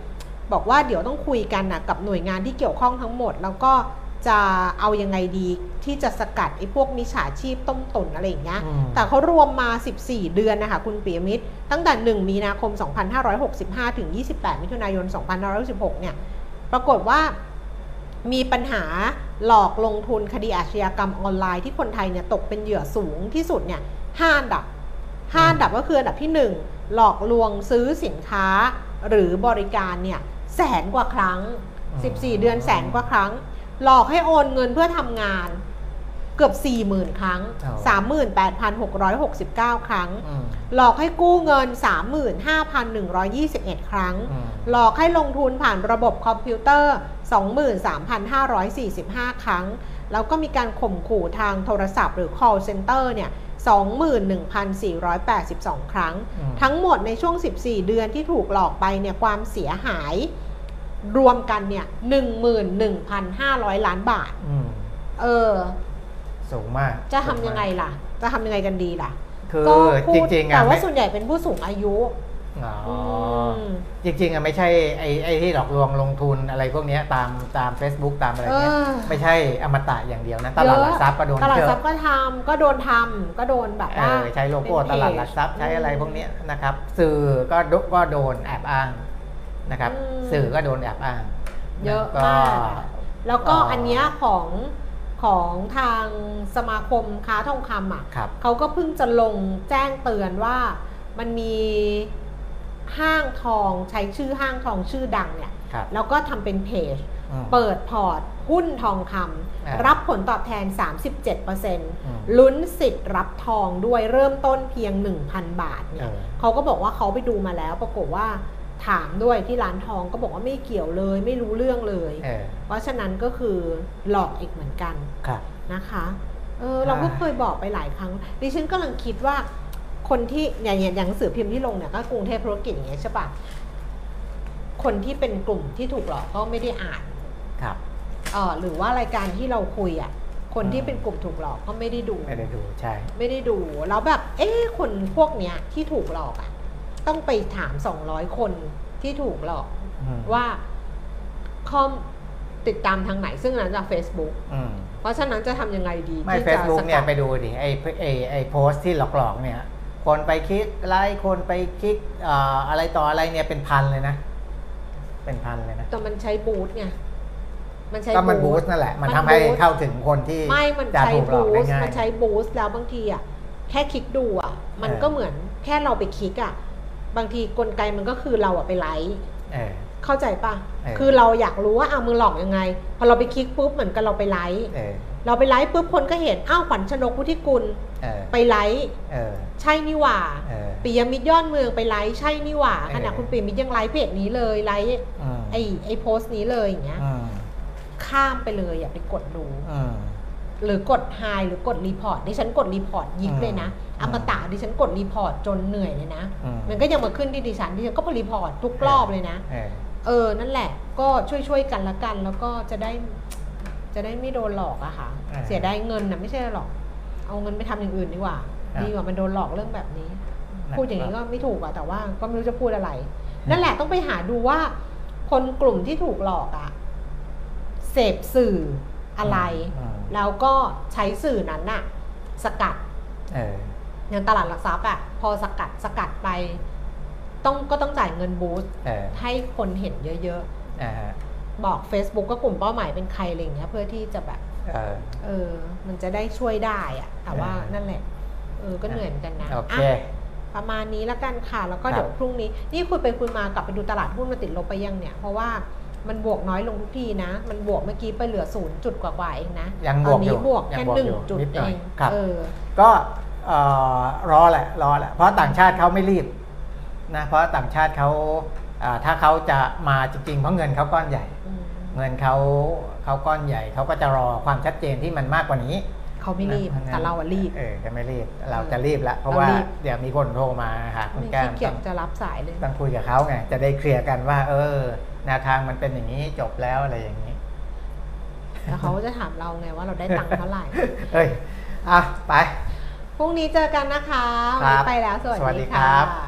บอกว่าเดี๋ยวต้องคุยกันนะกับหน่วยงานที่เกี่ยวข้องทั้งหมดแล้วก็จะเอายังไงดีที่จะสกัดไอ้พวกมิจฉาชีพต้มตุ๋นอะไรอย่างเงี้ยแต่เขารวมมาสิบสี่เดือนนะคะคุณปิยมิตรตั้งแต่หนึ่งมีนาคมสองพันห้าร้อยหกสิบห้าถึงยี่สิบแปดมิถุนายนสองพันห้าร้อยหกสิบหกเนี่ยปรากฏว่ามีปัญหาหลอกลงทุนคดีอาชญากรรมออนไลน์ที่คนไทยเนี่ยตกเป็นเหยื่อสูงที่สุดเนี่ยห้าอันดับห้าอันดับก็คืออันดับที่หนึ่งหลอกลวงซื้อสินค้าหรือบริการเนี่ยแสนกว่าครั้งสิบสี่เดือนแสนกว่าครั้งหลอกให้โอนเงินเพื่อทำงานเกือบ สี่หมื่น ครั้ง สามหมื่นแปดพันหกร้อยหกสิบเก้า ครั้งหลอกให้กู้เงิน สามหมื่นห้าพันหนึ่งร้อยยี่สิบเอ็ด ครั้งหลอกให้ลงทุนผ่านระบบคอมพิวเตอร์ สองหมื่นสามพันห้าร้อยสี่สิบห้า ครั้งแล้วก็มีการข่มขู่ทางโทรศัพท์หรือ call center เนี่ย สองหมื่นหนึ่งพันสี่ร้อยแปดสิบสอง ครั้งทั้งหมดในช่วงสิบสี่เดือนที่ถูกหลอกไปเนี่ยความเสียหายรวมกันเนี่ย หนึ่งหมื่นหนึ่งพันห้าร้อย ล้านบาทเออสูงมากจะทำยังไงล่ะจะทำยังไงกันดีล่ะคือจริงๆแต่ว่าส่วนใหญ่เป็นผู้สูงอายุอ๋อจริงๆอ่ะไม่ใช่ไอ้ไอ้ที่หลอกลวงลงทุนอะไรพวกนี้ตามตาม Facebook ตามอะไรเงี้ยไม่ใช่อมตะอย่างเดียวนะตลาดหลักทรัพย์ก็โดนตลาดหลักทรัพย์ก็ทำก็โดนทำก็โดนแบบว่าใช้โลโก้ตลาดหลักทรัพย์ใช้อะไรพวกนี้นะครับสื่อก็ก็โดนแอบอ้างนะครับสื่อก็โดนแอบอ้างเยอะมากแล้วก็อันเนี้ยของของทางสมาคมค้าทองคำอ่ะเขาก็เพิ่งจะลงแจ้งเตือนว่ามันมีห้างทองใช้ชื่อห้างทองชื่อดังเนี่ยแล้วก็ทำเป็นเพจเปิดพอร์ตหุ้นทองคำรับผลตอบแทน สามสิบเจ็ดเปอร์เซ็นต์ ลุ้นสิทธิ์รับทองด้วยเริ่มต้นเพียง หนึ่งพัน บาทเนี่ยเขาก็บอกว่าเขาไปดูมาแล้วปรากฏว่าถามด้วยที่ร้านทองก็บอกว่าไม่เกี่ยวเลยไม่รู้เรื่องเลยเ, เพราะฉะนั้นก็คือหลอกอีกเหมือนกันนะคะเออเราก็เคยบอกไปหลายครั้งดิฉันกำลังคิดว่าคนที่อย่างอย่างหนังสือพิมพ์ที่ลงเนี่ยก็กรุงเทพธุรกิจอย่างเงี้ยใช่ปะคนที่เป็นกลุ่มที่ถูกหลอกก็ไม่ได้อ่านครับเออหรือว่ารายการที่เราคุยอ่ะคนที่เป็นกลุ่มถูกหลอกก็ไม่ได้ดูไม่ได้ดูใช่ไม่ได้ดูแล้วแบบเอ๊ะคนพวกเนี้ยที่ถูกหลอกอ่ะต้องไปถามสองร้อยคนที่ถูกหลอกว่าข้อติดตามทางไหนซึ่งนั้นจาก Facebook เพราะฉะนั้นจะทำยังไงดีไม่ Facebook เนี่ยไปดูดิไอ้ไอ้ไอ้โพสต์ที่หลอกๆเนี่ยคนไปคลิกไลค์คนไปคลิกอ่าอะไรต่ออะไรเนี่ยเป็นพันเลยนะเป็นพันเลยนะแต่มันใช้บูสต์ไงมันใช้ก็มันบูสต์นั่นแหละมันทำให้เข้าถึงคนที่ไม่มันใช้บูสต์มันใช้บูสต์แล้วบางทีอ่ะแค่คลิกดูอ่ะมันก็เหมือนแค่เราไปคลิกอ่ะบางทีกลไกมันก็คือเราอะไปไลค์เข้าใจป่ะคือเราอยากรู้ว่าอ้าวมึงหลอกยังไงพอเราไปคลิกปุ๊บเหมือนกับเราไปไลค์เราไปไลค์ปุ๊บคนก็เห็นอ้าวขวัญชนกพุทธิกุลไปไลค์ใช่นี่หว่าปิยมิตรยอดเมืองไปไลค์ใช่นี่หว่าขณะคุณปิยมิตรยังไลค์เพจนี้เลยไลค์ไอ้ไอ้โพสต์นี้เลยอย่างเงี้ยข้ามไปเลยอย่าไปกดดูหรือกดไฮหรือกดรีพอร์ตดิฉันกดรีพอร์ตยิบเลยนะอมตะดิฉันกดรีพอร์ตจนเหนื่อยเลยนะมันก็ยังมาขึ้นที่ดิฉันดิฉันก็พอรีพอร์ตทุกรอบเลยนะเออนั่นแหละก็ช่วยๆกันละกันแล้วก็จะได้จะได้ไม่โดนหลอกอะค่ะเสียได้เงินนะไม่ใช่หรอกเอาเงินไปทำอย่างอื่นดีกว่าดีกว่ามันโดนหลอกเรื่องแบบนี้พูดอย่างนี้ก็ไม่ถูกอะแต่ว่าก็ไม่รู้จะพูดอะไรนั่นแหละต้องไปหาดูว่าคนกลุ่มที่ถูกหลอกอะเสพสื่ออะไรแล้วก็ใช้สื่อนั้นน่ะสกัดอย่างตลาดหลักทรัพย์อ่ะพอสกัดสกัดไปต้องก็ต้องจ่ายเงินบูสต์ให้คนเห็นเยอะๆบอก Facebook ก็กลุ่มเป้าหมายเป็นใครอะไรอย่างเงี้ยเพื่อที่จะแบบเออมันจะได้ช่วยได้อ่ะแต่ว่านั่นแหละเออก็เหนื่อยเหมือนกันนะประมาณนี้แล้วกันค่ะแล้วก็เดี๋ยวพรุ่งนี้นี่คุยไปคุยมากลับไปดูตลาดหุ้นมาติดลบไปยังเนี่ยเพราะว่ามันบวกน้อยลงทุกทีนะมันบวกเมื่อกี้ไปเหลือศูนย์จุดกว่าๆเองนะยังบวกอยู่บวกแค่หนึ่งจุดเองเออก็รอแหละรอแหละเพราะต่างชาติเขาไม่รีบนะเพราะต่างชาติเขาถ้าเขาจะมาจริงๆเพราะเงินเขาก้อนใหญ่เงินเขาเขาก้อนใหญ่เขาก็จะรอความชัดเจนที่มันมากกว่านี้เขาไม่รีบแต่เราอะรีบเออจะไม่รีบเราจะรีบละเพราะว่าเดี๋ยวมีคนโทรมาหาคุณแก้มต้องจะรับสายเลยต้องคุยกับเขาไงจะได้เคลียร์กันว่าเออแนวทางมันเป็นอย่างนี้จบแล้วอะไรอย่างนี้แล้วเขาจะถามเราไงว่าเราได้ตังค์เท่าไหร่เฮ้ยอ่ะไปพรุ่งนี้เจอกันนะคะวันนี้ไปแล้วสวัสดีค่ะ